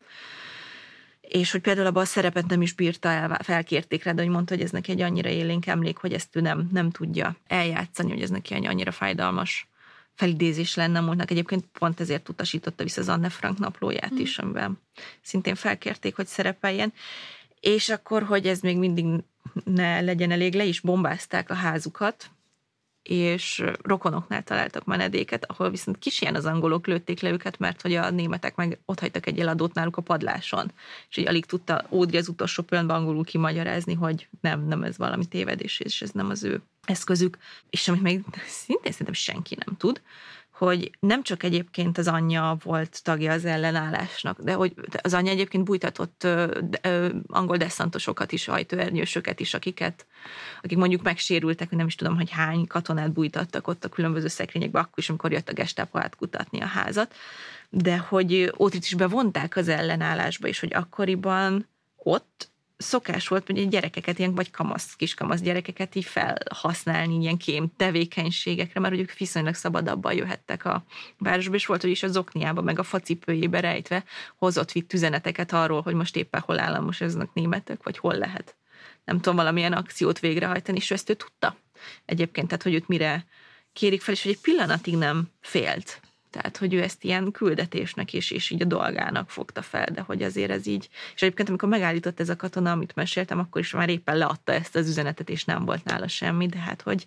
És hogy például abban a szerepet nem is bírta el, felkérték rá, de hogy mondta, hogy ez neki egy annyira élénk emlék, hogy ezt ő nem, nem tudja eljátszani, hogy ez neki egy annyira fájdalmas felidézés lenne múltnak. Egyébként pont ezért utasította vissza az Anne Frank naplóját hmm. is, amiben szintén felkérték, hogy szerepeljen. És akkor, hogy ez még mindig ne legyen elég, le is bombázták a házukat, és rokonoknál találtak menedéket, ahol viszont kis ilyen az angolok lőtték le őket, mert hogy a németek meg ott hagytak egy eladót náluk a padláson. És így alig tudta Ódri az utolsó pillanatban angolul kimagyarázni, hogy nem, nem ez valami tévedés, és ez nem az ő eszközük. És amit még szintén szerintem senki nem tud, hogy nem csak egyébként az anyja volt tagja az ellenállásnak, de hogy az anyja egyébként bújtatott ö, ö, angol desszantosokat is, ajtóernyősöket is, akiket, akik mondjuk megsérültek, hogy nem is tudom, hogy hány katonát bújtattak ott a különböző szekrényekbe, akkor is, amikor jött a Gestapo átkutatni a házat, de hogy Ódrit is bevonták az ellenállásba, és hogy akkoriban ott szokás volt, hogy gyerekeket, ilyen vagy kamasz, kiskamasz gyerekeket így felhasználni ilyen kém tevékenységekre, mert hogy ők viszonylag szabadabban jöhettek a városba, és volt, hogy is a zokniába, meg a facipőjébe rejtve hozott vitt üzeneteket arról, hogy most éppen hol államosoznak németek, vagy hol lehet, nem tudom, valamilyen akciót végrehajtani, és ő ezt ő tudta egyébként, tehát hogy őt mire kérik fel, és hogy egy pillanatig nem félt. Tehát, hogy ő ezt ilyen küldetésnek és, és így a dolgának fogta fel, de hogy azért ez így. És egyébként, amikor megállított ez a katona, amit meséltem, akkor is már éppen leadta ezt az üzenetet, és nem volt nála semmi, de hát, hogy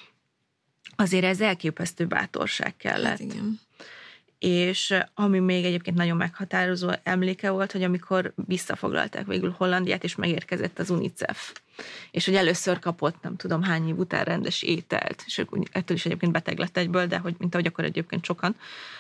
azért ez elképesztő bátorság kellett. Hát igen. És ami még egyébként nagyon meghatározó emléke volt, hogy amikor visszafoglalták végül Hollandiát, és megérkezett az UNICEF. És hogy először kapott, nem tudom hány év után rendes ételt, és ettől is egyébként beteg lett egyből, de hogy mint ahogy akkor egyébként sokan.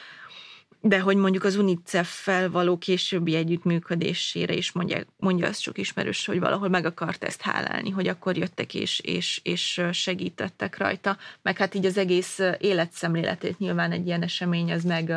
De hogy mondjuk az UNICEF-fel való későbbi együttműködésére is mondja, mondja azt sok ismerős, hogy valahol meg akart ezt hálálni, hogy akkor jöttek és, és, és segítettek rajta. Meg hát így az egész életszemléletét nyilván egy ilyen esemény az meg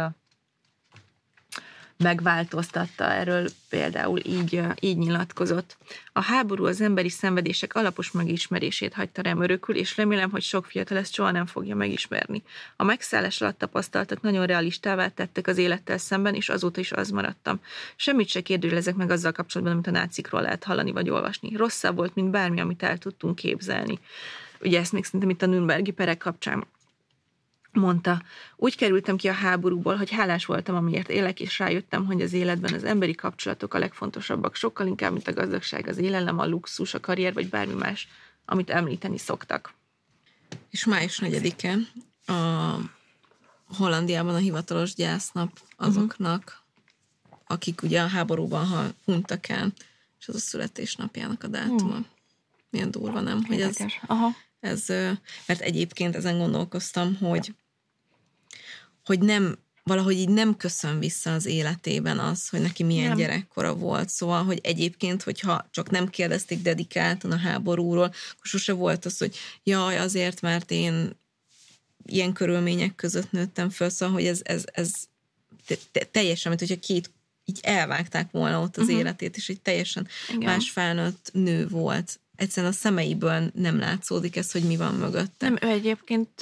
megváltoztatta, erről például így, így nyilatkozott. A háború az emberi szenvedések alapos megismerését hagyta rám örökül, és remélem, hogy sok fiatal ezt soha nem fogja megismerni. A megszállás alatt tapasztaltak nagyon realistává tettek az élettel szemben, és azóta is az maradtam. Semmit se kérdőjelezek meg azzal kapcsolatban, amit a nácikról lehet hallani vagy olvasni. Rosszabb volt, mint bármi, amit el tudtunk képzelni. Ugye ezt még szerintem itt a Nürnbergi perek kapcsán mondta, úgy kerültem ki a háborúból, hogy hálás voltam, amiért élek, és rájöttem, hogy az életben az emberi kapcsolatok a legfontosabbak, sokkal inkább, mint a gazdagság, az élelem, a luxus, a karrier, vagy bármi más, amit említeni szoktak. És május negyedike a Hollandiában a hivatalos gyásznap azoknak, uh-huh. akik ugye a háborúban ha hunytak el, és az a születésnapjának a dátuma. Hmm. Milyen durva, nem? Hogy ez, ez, mert egyébként ezen gondolkoztam, hogy, hogy nem, valahogy így nem köszön vissza az életében az, hogy neki milyen nem. gyerekkora volt. Szóval, hogy egyébként, hogyha csak nem kérdezték dedikáltan a háborúról, akkor sose volt az, hogy jaj, azért, mert én ilyen körülmények között nőttem föl, szóval, hogy ez, ez, ez teljesen, mint hogyha két így elvágták volna ott az uh-huh. életét, és egy teljesen igen. más felnőtt nő volt. Egyszerűen a szemeiből nem látszódik ez, hogy mi van mögötte. Nem, ő egyébként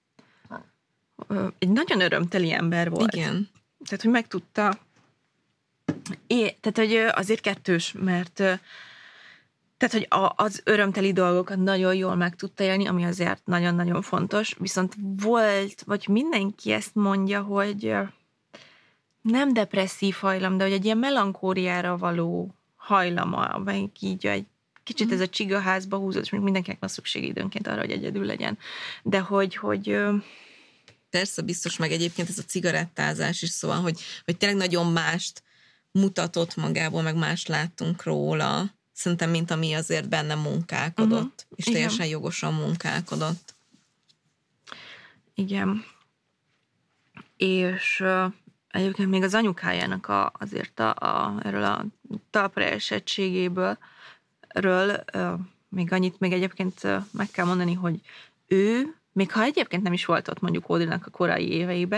egy nagyon örömteli ember volt. Igen. Tehát, hogy meg tudta é, tehát, hogy azért kettős, mert tehát, hogy az örömteli dolgokat nagyon jól meg tudta élni, ami azért nagyon-nagyon fontos, viszont volt, vagy mindenki ezt mondja, hogy nem depresszív hajlam, de hogy egy ilyen melankóriára való hajlama, vagy így egy kicsit ez a csigaházba húzott, és még mindenkinek van szüksége időnként arra, hogy egyedül legyen. De hogy... hogy persze, biztos, meg egyébként ez a cigarettázás is, szóval, hogy, hogy tényleg nagyon mást mutatott magából, meg mást láttunk róla, szerintem, mint ami azért benne munkálkodott, uh-huh. és teljesen igen. jogosan munkálkodott. Igen. És uh, egyébként még az anyukájának a, azért a, a, erről a talpra esettségéből ről, uh, még annyit még egyébként uh, meg kell mondani, hogy ő, még ha egyébként nem is volt ott mondjuk Audrey-nak a korai éveiben,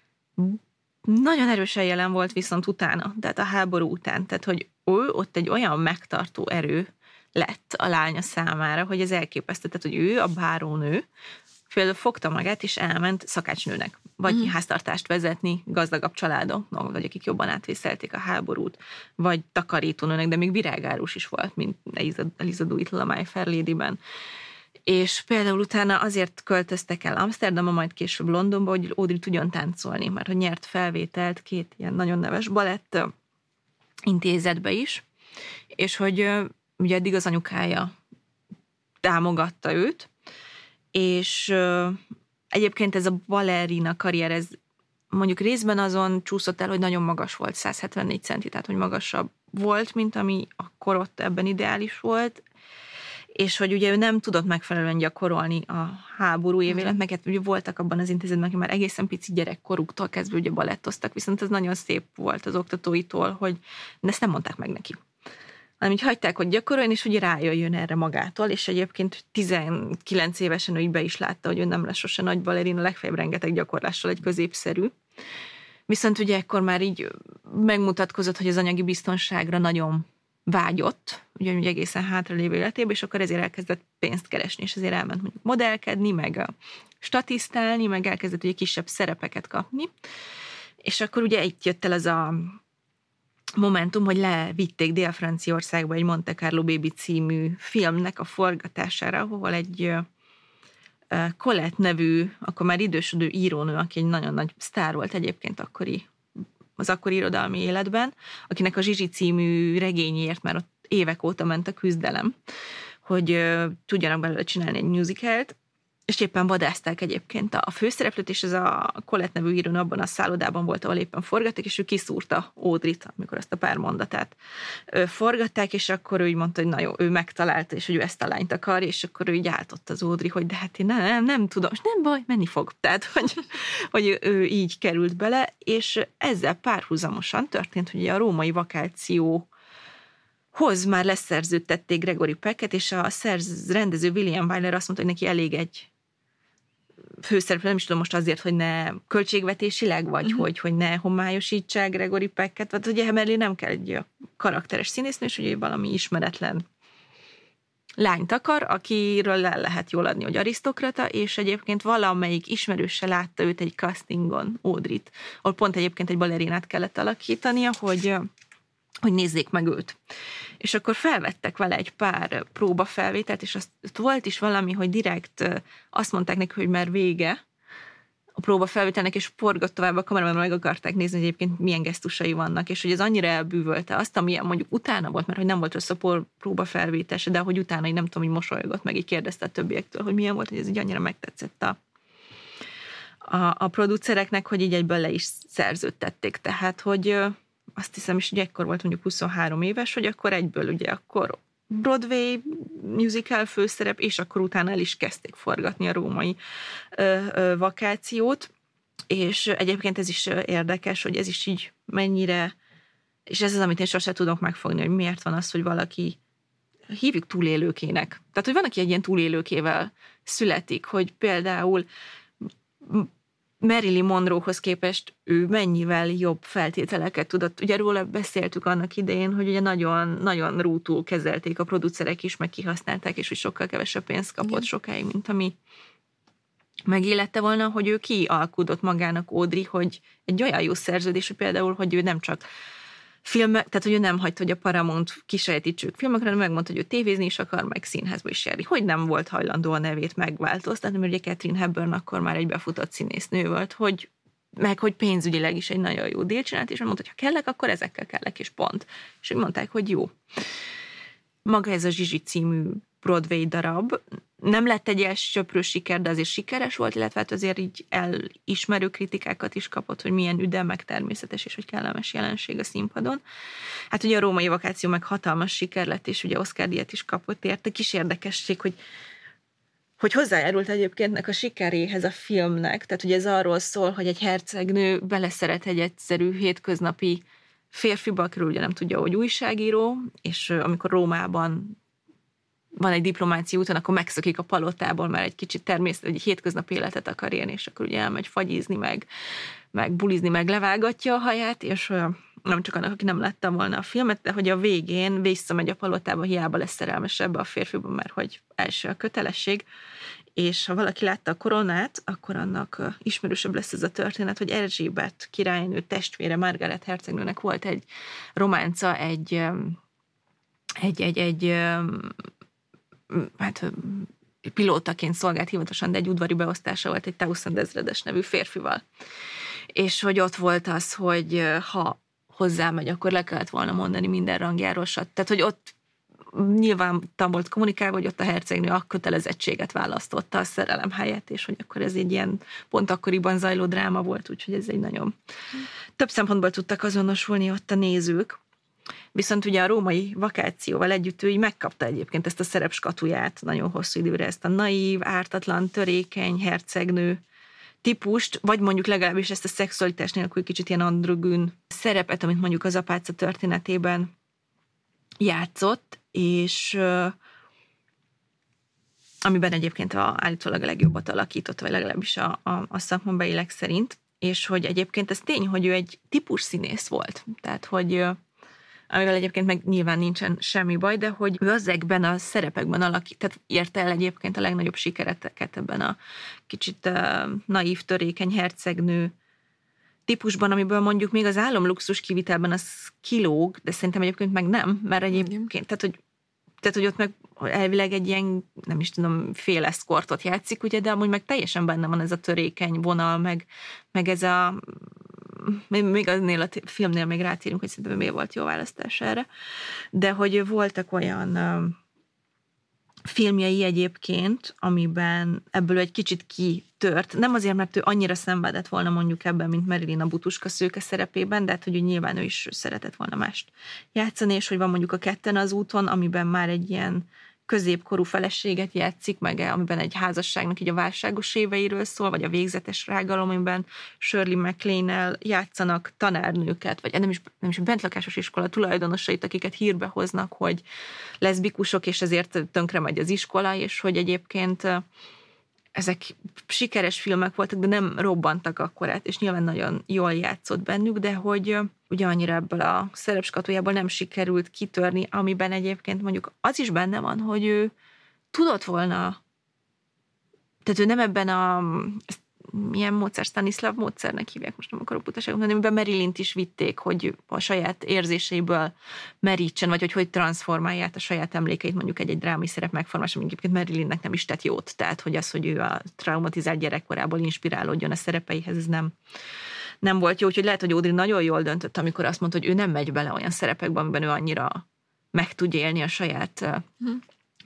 nagyon erősen jelen volt viszont utána, tehát a háború után, tehát hogy ő ott egy olyan megtartó erő lett a lánya számára, hogy ez elképesztő, tehát hogy ő, a bárónő, például fogta magát, és elment szakácsnőnek, vagy mm. háztartást vezetni gazdagabb családok, vagy akik jobban átvészelték a háborút, vagy takarítónőnek, de még virágárus is volt, mint Eliza Doolittle a My Fair Ladyben. És például utána azért költöztek el Amsterdamba, majd később Londonba, hogy Audrey tudjon táncolni, mert hogy nyert felvételt két ilyen nagyon neves balett intézetbe is, és hogy ugye eddig az anyukája támogatta őt, és egyébként ez a ballerina karrier, ez mondjuk részben azon csúszott el, hogy nagyon magas volt, száz hetvennégy centi, tehát hogy magasabb volt, mint ami akkor ott ebben ideális volt, és hogy ugye ő nem tudott megfelelően gyakorolni a háború évélet, meg hát ugye voltak abban az intézetben, akik már egészen pici gyerekkoruktól kezdve ugye balettoztak, viszont ez nagyon szép volt az oktatóitól, hogy ezt nem mondták meg neki. Hanem így hagyták, hogy gyakoroljon, és hogy rájöjjön erre magától, és egyébként tizenkilenc évesen ő így be is látta, hogy ő nem lesz sose nagy balerina, legfeljebb rengeteg gyakorlással egy középszerű. Viszont ugye ekkor már így megmutatkozott, hogy az anyagi biztonságra nagyon vágyott, ugye, ugye egészen hátralévő életében, és akkor ezért elkezdett pénzt keresni, és ezért elment mondjuk modellkedni, meg statisztálni, meg elkezdett ugye kisebb szerepeket kapni. És akkor ugye itt jött el az a momentum, hogy levitték Dél-Franciaországba egy Monte Carlo Baby című filmnek a forgatására, ahol egy Colette nevű, akkor már idősödő írónő, aki egy nagyon nagy sztár volt egyébként akkori, az akkori irodalmi életben, akinek a Zsizsi című regényért már ott évek óta ment a küzdelem, hogy tudjanak belőle csinálni egy musicalt, és éppen vadászták egyébként a főszereplőt, és ez a Colette nevű írón abban a szállodában volt, ahol éppen forgatták, és ő kiszúrta Audrey-t, amikor azt a pár mondatát forgatták, és akkor ő így mondta, hogy na jó, ő megtalálta, és hogy ő ezt a lányt akar, és akkor ő így áltott az Audrey, hogy de hát én nem, nem, nem tudom, és nem baj, menni fog. Tehát, hogy, hogy ő így került bele, és ezzel párhuzamosan történt, hogy a római vakáció hoz már leszerződtették Gregory Pecket, és a szerz, rendező William Wyler azt mondta, hogy neki elég egy főszereplő, nem is tudom most azért, hogy ne költségvetésileg, vagy uh-huh. hogy, hogy ne homályosítsák Gregory Pecket, vagy ugye emellé nem kell egy karakteres színésznő, és ugye valami ismeretlen lányt akar, akiről le lehet jól adni, hogy arisztokrata, és egyébként valamelyik ismerőse látta őt egy castingon, Audrey-t, ahol pont egyébként egy balerinát kellett alakítania, hogy hogy nézzék meg őt. És akkor felvettek vele egy pár próbafelvételt, és azt volt is valami, hogy direkt azt mondták neki, hogy már vége a próbafelvételnek, és forgott tovább a kamerában, meg akarták nézni, hogy egyébként milyen gesztusai vannak, és hogy ez annyira elbűvölte azt, ami mondjuk utána volt, mert hogy nem volt rossz a próbafelvétese, de hogy utána, így nem tudom, hogy mosolygott, meg így kérdezte a többiektől, hogy milyen volt, hogy ez így annyira megtetszett a a, a producereknek, hogy így egyből le is szerződtették. Tehát, hogy azt hiszem is, hogy ekkor volt mondjuk huszonhárom éves, hogy akkor egyből ugye akkor Broadway musical főszerep, és akkor utána el is kezdték forgatni a római ö, ö, vakációt, és egyébként ez is érdekes, hogy ez is így mennyire, és ez az, amit én sosem tudok megfogni, hogy miért van az, hogy valaki, hívjuk túlélőkének. Tehát, hogy van, aki egy ilyen túlélőkével születik, hogy például Marilyn Monroehoz képest ő mennyivel jobb feltételeket tudott. Ugye róla beszéltük annak idején, hogy ugye nagyon, nagyon rútul kezelték a producerek is, meg kihasználták, és hogy sokkal kevesebb pénzt kapott igen. sokáig, mint ami megélette volna, hogy ő kialkudott magának Audrey, hogy egy olyan jó szerződés, hogy például, hogy ő nem csak filmek, tehát hogy ő nem hagyta, hogy a Paramount kisajátítsék filmekre, hanem megmondta, hogy ő tévézni is akar, meg színházba is járni. Hogy nem volt hajlandó a nevét megváltoztatni, mert ugye Katharine Hepburn akkor már egy befutott színésznő volt, hogy meg hogy pénzügyileg is egy nagyon jó dílt csinált, és mondta, hogy ha kellek, akkor ezekkel kellek, és pont. És úgy mondták, hogy jó. Maga ez a Zsizsi című Broadway darab nem lett egy elsöprő siker, de azért sikeres volt, illetve hát azért így elismerő kritikákat is kapott, hogy milyen üde, meg természetes és hogy kellemes jelenség a színpadon. Hát ugye a római vakáció meg hatalmas siker lett, és ugye Oscar-díjat is kapott érte. Kis érdekesség, hogy hogy hozzájárult egyébként a sikeréhez a filmnek. Tehát ugye ez arról szól, hogy egy hercegnő beleszeret egy egyszerű hétköznapi férfiba, akiről ugye nem tudja, hogy újságíró, és amikor Rómában van egy diplomácia úton, akkor megszökik a palotából, mert egy kicsit természetesen egy hétköznapi életet akar élni, és akkor ugye elmegy fagyizni, meg, meg bulizni, meg levágatja a haját, és nem csak annak, aki nem látta volna a filmet, de hogy a végén visszamegy a palotába, hiába lesz szerelmes ebbe a férfiban, mert hogy első a kötelesség, és ha valaki látta a Koronát, akkor annak ismerősebb lesz ez a történet, hogy Erzsébet királynő testvére, Margaret hercegnőnek volt egy románca, egy egy, egy, egy hát pilótaként szolgált hivatalosan, de egy udvari beosztása volt egy Townsend ezredes nevű férfival. És hogy ott volt az, hogy ha hozzámegy, akkor le kellett volna mondani minden rangjáról. Tehát, hogy ott nyilván volt kommunikálva, hogy ott a hercegnő a kötelezettséget választotta a szerelem helyett, és hogy akkor ez egy ilyen pont akkoriban zajló dráma volt, úgyhogy ez egy nagyon... Több szempontból tudtak azonosulni ott a nézők. Viszont ugye a római vakációval együtt ő így megkapta egyébként ezt a szerepskatuját nagyon hosszú időre, ezt a naív, ártatlan, törékeny hercegnő típust, vagy mondjuk legalábbis ezt a szexualitás nélkül kicsit ilyen androgyn szerepet, amit mondjuk az Apáca történetében játszott, és uh, amiben egyébként a, állítólag a legjobbat alakított, vagy legalábbis a, a, a szakmabeliek szerint, és hogy egyébként ez tény, hogy ő egy típus színész volt, tehát hogy uh, amivel egyébként meg nyilván nincsen semmi baj, de hogy ő ezekben a szerepekben alakít, tehát érte el egyébként a legnagyobb sikereteket ebben a kicsit uh, naív, törékeny hercegnő típusban, amiből mondjuk még az álomluxus kivitelben az kilóg, de szerintem egyébként meg nem, mert egyébként, tehát hogy, tehát, hogy ott meg elvileg egy ilyen, nem is tudom, fél eszkortot játszik, ugye, de amúgy meg teljesen benne van ez a törékeny vonal, meg, meg ez a még aznél a filmnél még rátérünk, hogy szerintem miért volt jó választás erre, de hogy voltak olyan uh, filmjei egyébként, amiben ebből egy kicsit kitört. Nem azért, mert ő annyira szenvedett volna mondjuk ebben, mint Marilyn a butuska szőke szerepében, de hát, hogy nyilván ő is szeretett volna mást játszani, és hogy van mondjuk a Ketten az úton, amiben már egy ilyen középkorú feleséget játszik, meg amiben egy házasságnak így a válságos éveiről szól, vagy a végzetes rágalom, amiben Shirley MacLaine-nel játszanak tanárnőket, vagy nem is, nem is bentlakásos iskola tulajdonosait, akiket hírbe hoznak, hogy leszbikusok, és ezért tönkre megy az iskola, és hogy egyébként ezek sikeres filmek voltak, de nem robbantak akkorát, és nyilván nagyon jól játszott bennük, de hogy ugye annyira ebből a szerepskatujából nem sikerült kitörni, amiben egyébként mondjuk az is benne van, hogy ő tudott volna, tehát ő nem ebben a, milyen módszer, Stanislav módszernek hívják, most nem akarok butaságot mondani, amiben Marilynt is vitték, hogy a saját érzéseiből merítsen, vagy hogy hogy transformálja át a saját emlékeit, mondjuk egy-egy drámai szerep megformálása, ami egyébként Marilynnek nem is tett jót, tehát hogy az, hogy ő a traumatizált gyerekkorából inspirálódjon a szerepeihez, ez nem, nem volt jó, úgyhogy lehet, hogy Audrey nagyon jól döntött, amikor azt mondta, hogy ő nem megy bele olyan szerepekbe, amiben ő annyira meg tudja élni a saját hmm.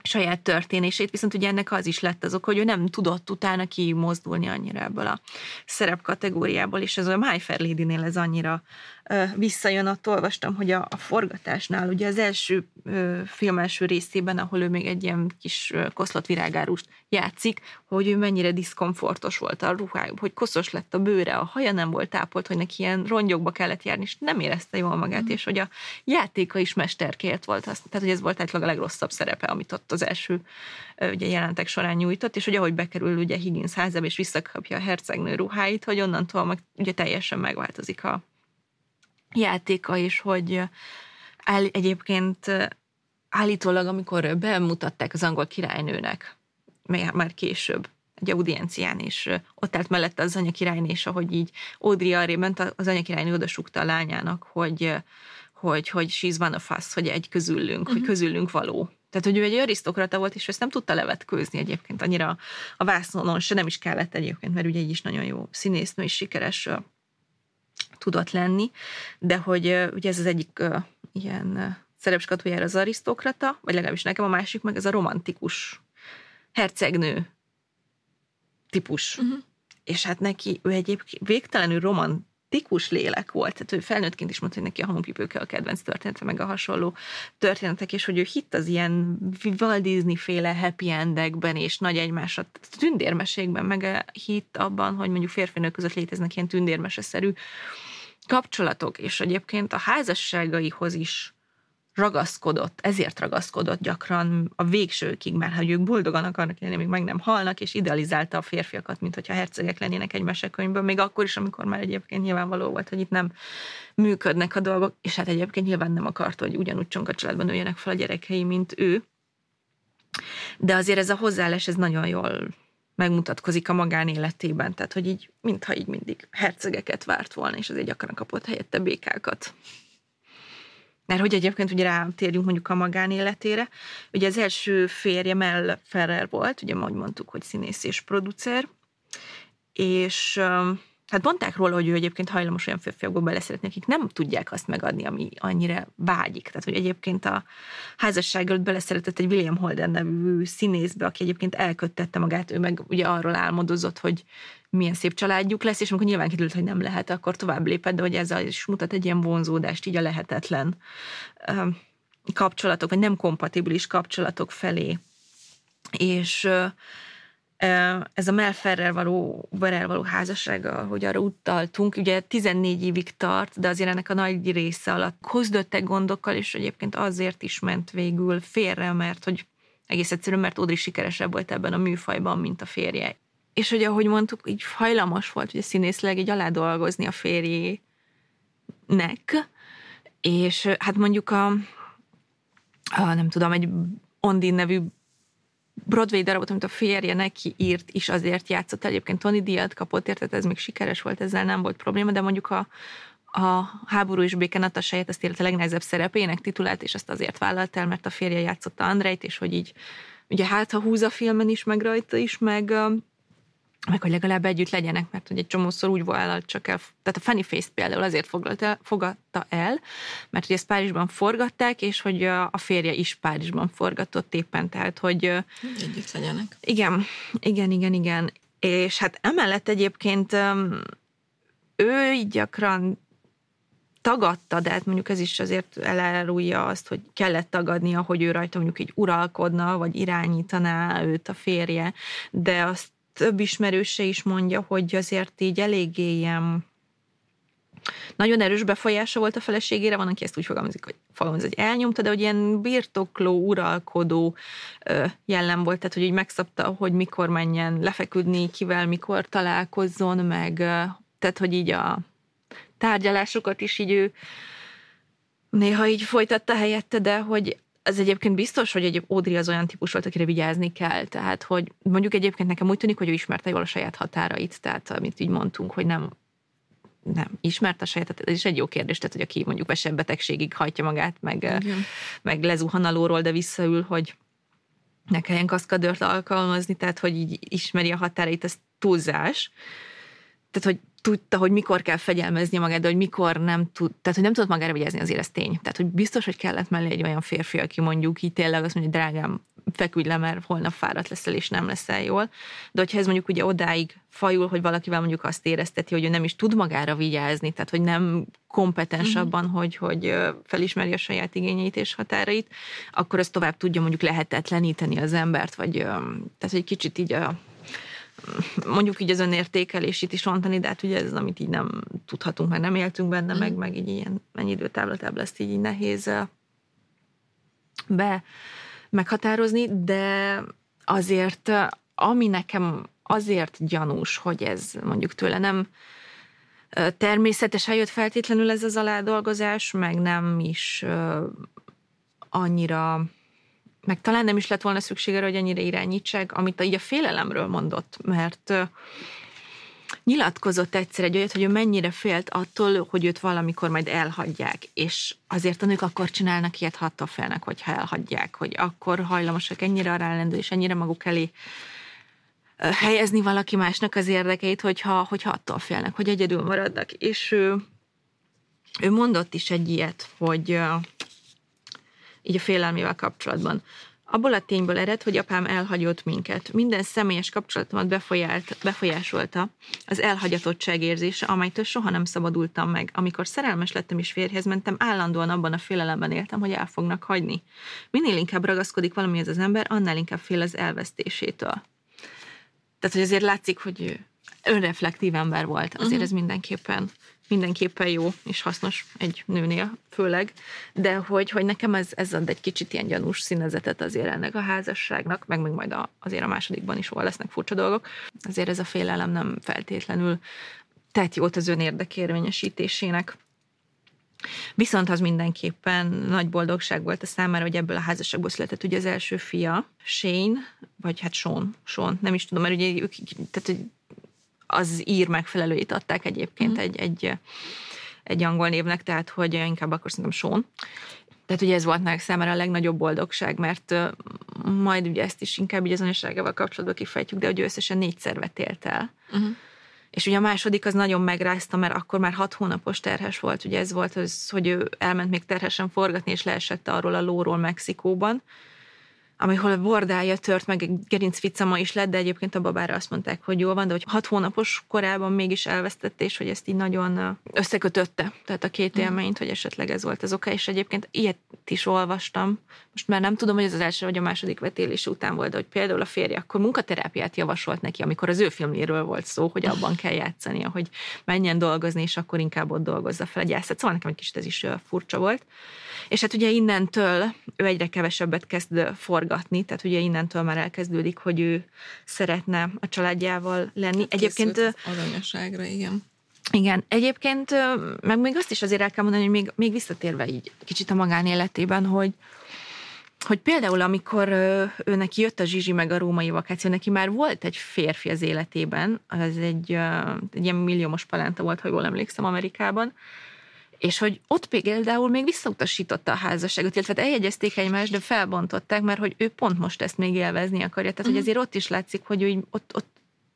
saját történését, viszont ugye ennek az is lett azok, hogy ő nem tudott utána kimozdulni annyira ebből a szerepkategóriából, és ez a My Fair Lady-nél ez annyira ö, visszajön, ott olvastam, hogy a, a forgatásnál, ugye az első ö, film első részében, ahol ő még egy ilyen kis ö, koszlott virágárust játszik, hogy ő mennyire diszkomfortos volt a ruhája, hogy koszos lett a bőre, a haja nem volt tápolt, hogy neki ilyen rongyokba kellett járni, és nem érezte jól magát, mm. és hogy a játéka is mesterkélt volt, azt, tehát hogy ez volt általában a legrosszabb szerepe, amit ott az első ugye, jelentek során nyújtott, és hogy ahogy bekerül ugye Higgins házába, és visszakapja a hercegnő ruháit, hogy onnantól meg ugye teljesen megváltozik a játéka, és hogy áll, egyébként állítólag, amikor bemutatták az angol királynőnek, már később, egy audiencián, és ott állt mellette az anyakirálynő, és ahogy így Audrey arrébb ment, az anyakirálynő odasúgta a lányának, hogy, hogy, hogy she's one of us, hogy egy közülünk, uh-huh. hogy közülünk való. Tehát, hogy ő egy arisztokrata volt, és ezt nem tudta levetkőzni egyébként, annyira a vásznon se nem is kellett egyébként, mert ugye így is nagyon jó színésznő és sikeres uh, tudott lenni, de hogy uh, ugye ez az egyik uh, ilyen uh, szerepskatujára az arisztokrata, vagy legalábbis nekem a másik meg ez a romantikus hercegnő típus. Uh-huh. És hát neki, ő egyébként végtelenül romantikus lélek volt, tehát ő felnőttként is mondta, hogy neki a Hamupipőke a kedvenc története, meg a hasonló történetek, és hogy ő hitt az ilyen Walt Disney-féle happy endekben, és nagy egymásra, tündérmeségben, meg hitt abban, hogy mondjuk férfinők között léteznek ilyen tündérmeseszerű kapcsolatok, és egyébként a házasságaihoz is ragaszkodott, ezért ragaszkodott gyakran a végsőkig, mert hogy ők boldogan akarnak élni, még meg nem halnak, és idealizálta a férfiakat, mint hogyha hercegek lennének egy mesekönyvből, még akkor is, amikor már egyébként nyilvánvaló volt, hogy itt nem működnek a dolgok, és hát egyébként nyilván nem akarta, hogy ugyanúgy csonka családban nőjenek fel a gyerekei, mint ő. De azért ez a hozzáállás, ez nagyon jól megmutatkozik a magánéletében, tehát hogy így, mintha így mindig hercegeket várt volna, és azért gyakran kapott helyette békákat. Mert hogy egyébként ugye rátérjünk mondjuk a magánéletére. Ugye az első férje Mel Ferrer volt, ugye ahogy mondtuk, hogy színész és producer, és hát mondták róla, hogy ő egyébként hajlamos olyan férfiakból beleszeretni, akik nem tudják azt megadni, ami annyira vágyik. Tehát, hogy egyébként a házasság előtt beleszeretett egy William Holden nevű színészbe, aki egyébként elköttette magát, ő meg ugye arról álmodozott, hogy milyen szép családjuk lesz, és amikor nyilván kiderült, hogy nem lehet, akkor tovább lépett, de hogy ezzel is mutat egy ilyen vonzódást így a lehetetlen kapcsolatok, vagy nem kompatibilis kapcsolatok felé. És ez a Mel Ferrer való, való házassága, hogy arra utaltunk, ugye tizennégy évig tart, de azért ennek a nagy része alatt küzdöttek gondokkal, és egyébként azért is ment végül félre, mert hogy egész egyszerűen, mert Audrey sikeresebb volt ebben a műfajban, mint a férje. És hogy ahogy mondtuk, így hajlamos volt, ugye színészleg így alá dolgozni a férjének, és hát mondjuk a, a nem tudom, egy Ondine nevű Broadway darabot, amit a férje neki írt, is azért játszott el. Egyébként Tony díjat kapott, érted, ez még sikeres volt, ezzel nem volt probléma, de mondjuk a, a Háború és béke Natasáját, azt élet a legnehezebb szerepének titulált, és azt azért vállalt el, mert a férje játszotta Andrejt, és hogy így, ugye hát ha húz a filmen is, meg rajta is, meg, meg hogy legalább együtt legyenek, mert hogy egy csomószor úgy vállalt csak el, tehát a Funny Face-t például azért foglalta, fogadta el, mert hogy ezt Párizsban forgatták, és hogy a férje is Párizsban forgatott éppen, tehát hogy együtt legyenek. Igen, igen, igen, igen. És hát emellett egyébként ő így gyakran tagadta, de hát mondjuk ez is azért elárulja azt, hogy kellett tagadnia, hogy ő rajta mondjuk így uralkodna, vagy irányítaná őt a férje, de azt több ismerőse is mondja, hogy azért így eléggé ilyen nagyon erős befolyása volt a feleségére, van, aki ezt úgy fogalmazik, hogy, fogalmaz, hogy elnyomta, de hogy ilyen birtokló, uralkodó jellem volt, tehát hogy így megszabta, hogy mikor menjen lefeküdni, kivel, mikor találkozzon, meg tehát, hogy így a tárgyalásokat is így ő néha így folytatta helyette, de hogy az egyébként biztos, hogy egy Audrey az olyan típus volt, akire vigyázni kell. Tehát, hogy mondjuk egyébként nekem úgy tűnik, hogy ő ismerte jól a saját határait, tehát amit így mondtunk, hogy nem, nem ismerte a saját, ez is egy jó kérdés, tehát, hogy aki mondjuk vesebetegségig hajtja magát, meg, meg lezuhan a lóról, de visszaül, hogy ne kelljen kaszkadőrt alkalmazni, tehát, hogy így ismeri a határait, ez túlzás. Tehát, hogy tudta, hogy mikor kell fegyelmezni magát, de hogy mikor nem tud, tehát, hogy nem tudott magára vigyázni, azért ez tény. Tehát, hogy biztos, hogy kellett mellé egy olyan férfi, aki mondjuk így tényleg azt mondja, hogy drágám, feküdj le, mert holnap fáradt leszel, és nem leszel jól. De hogyha ez mondjuk ugye odáig fajul, hogy valakivel mondjuk azt érezteti, hogy ő nem is tud magára vigyázni, tehát hogy nem kompetens mm-hmm. abban, hogy, hogy felismeri a saját igényeit és határait, akkor ez tovább tudja mondjuk lehetetleníteni az embert, vagy tehát egy kicsit így a mondjuk így az önértékelését is rontani, de hát ugye ez az, amit így nem tudhatunk, mert nem éltünk benne, mm. meg, meg így ilyen mennyi időtávlatában ezt így, így nehéz be meghatározni, de azért, ami nekem azért gyanús, hogy ez mondjuk tőle nem természetesen jött feltétlenül ez az aládolgozás, meg nem is annyira, meg talán nem is lett volna szüksége, hogy ennyire irányítsák, amit így a félelemről mondott, mert nyilatkozott egyszer egy olyat, hogy ő mennyire félt attól, hogy őt valamikor majd elhagyják, és azért a nők akkor csinálnak ilyet, ha attól félnek, hogyha elhagyják, hogy akkor hajlamosak ennyire a rálendő, és ennyire maguk elé helyezni valaki másnak az érdekeit, hogyha, hogyha attól félnek, hogy egyedül maradnak. És ő, ő mondott is egy ilyet, hogy így a félelmével kapcsolatban. Abból a tényből ered, hogy apám elhagyott minket. Minden személyes kapcsolatomat befolyált, befolyásolta az elhagyatottság érzése, amelytől soha nem szabadultam meg. Amikor szerelmes lettem és férjhez mentem, állandóan abban a félelemben éltem, hogy el fognak hagyni. Minél inkább ragaszkodik valamihez az ember, annál inkább fél az elvesztésétől. Tehát, hogy azért látszik, hogy önreflektív ember volt. Azért uh-huh. ez mindenképpen mindenképpen jó és hasznos egy nőnél főleg, de hogy, hogy nekem ez, ez ad egy kicsit ilyen gyanús színezetet azért ennek a házasságnak, meg még majd a, azért a másodikban is hol lesznek furcsa dolgok. Azért ez a félelem nem feltétlenül tett jót az önérdekérvényesítésének. Viszont az mindenképpen nagy boldogság volt a számára, hogy ebből a házasságból született ugye az első fia, Shane, vagy hát Sean, Sean, nem is tudom, mert ugye ők, tehát az ír megfelelőit adták egyébként mm. egy, egy, egy angol névnek, tehát hogy inkább akkor szerintem Sean. Tehát ugye ez volt nekik számára a legnagyobb boldogság, mert majd ugye ezt is inkább így az anyaságával kapcsolatban kifejtjük, de hogy ő összesen négyszer vetélt el. Mm. És ugye a második az nagyon megrázta, mert akkor már hat hónapos terhes volt. Ugye ez volt az, hogy ő elment még terhesen forgatni, és leesett arról a lóról Mexikóban, amihol a bordája tört, meg gerincficama is lett, de egyébként a babára azt mondták, hogy jól van, de hogy hat hónapos korában mégis elvesztette, és hogy ezt így nagyon összekötötte, tehát a két élményt, hogy esetleg ez volt az oka, és egyébként ilyet is olvastam. Most már nem tudom, hogy ez az első vagy a második vetélés után volt, de hogy például a férje akkor munkaterápiát javasolt neki, amikor az ő filmjéről volt szó, hogy abban kell játszania, hogy menjen dolgozni, és akkor inkább ott dolgozza fel a gyászat. Szóval nekem egy kicsit ez is furcsa volt. És hát ugye innentől ő egyre kevesebbet kezd forgatni, tehát ugye innentől már elkezdődik, hogy ő szeretne a családjával lenni. Hát egyébként az anyaságra, igen. Igen, egyébként meg még azt is azért el kell mondani, hogy még, még visszatérve így kicsit a magánéletében, hogy hogy például amikor ő neki jött a Zsizsi meg a római vakáció, neki már volt egy férfi az életében, az egy, egy ilyen milliómos palánta volt, ha jól emlékszem, Amerikában, és hogy ott például még visszautasította a házasságot, illetve eljegyezték egymást, de felbontották, mert hogy ő pont most ezt még élvezni akarja. Tehát, uh-huh. hogy azért ott is látszik, hogy ő ott, ott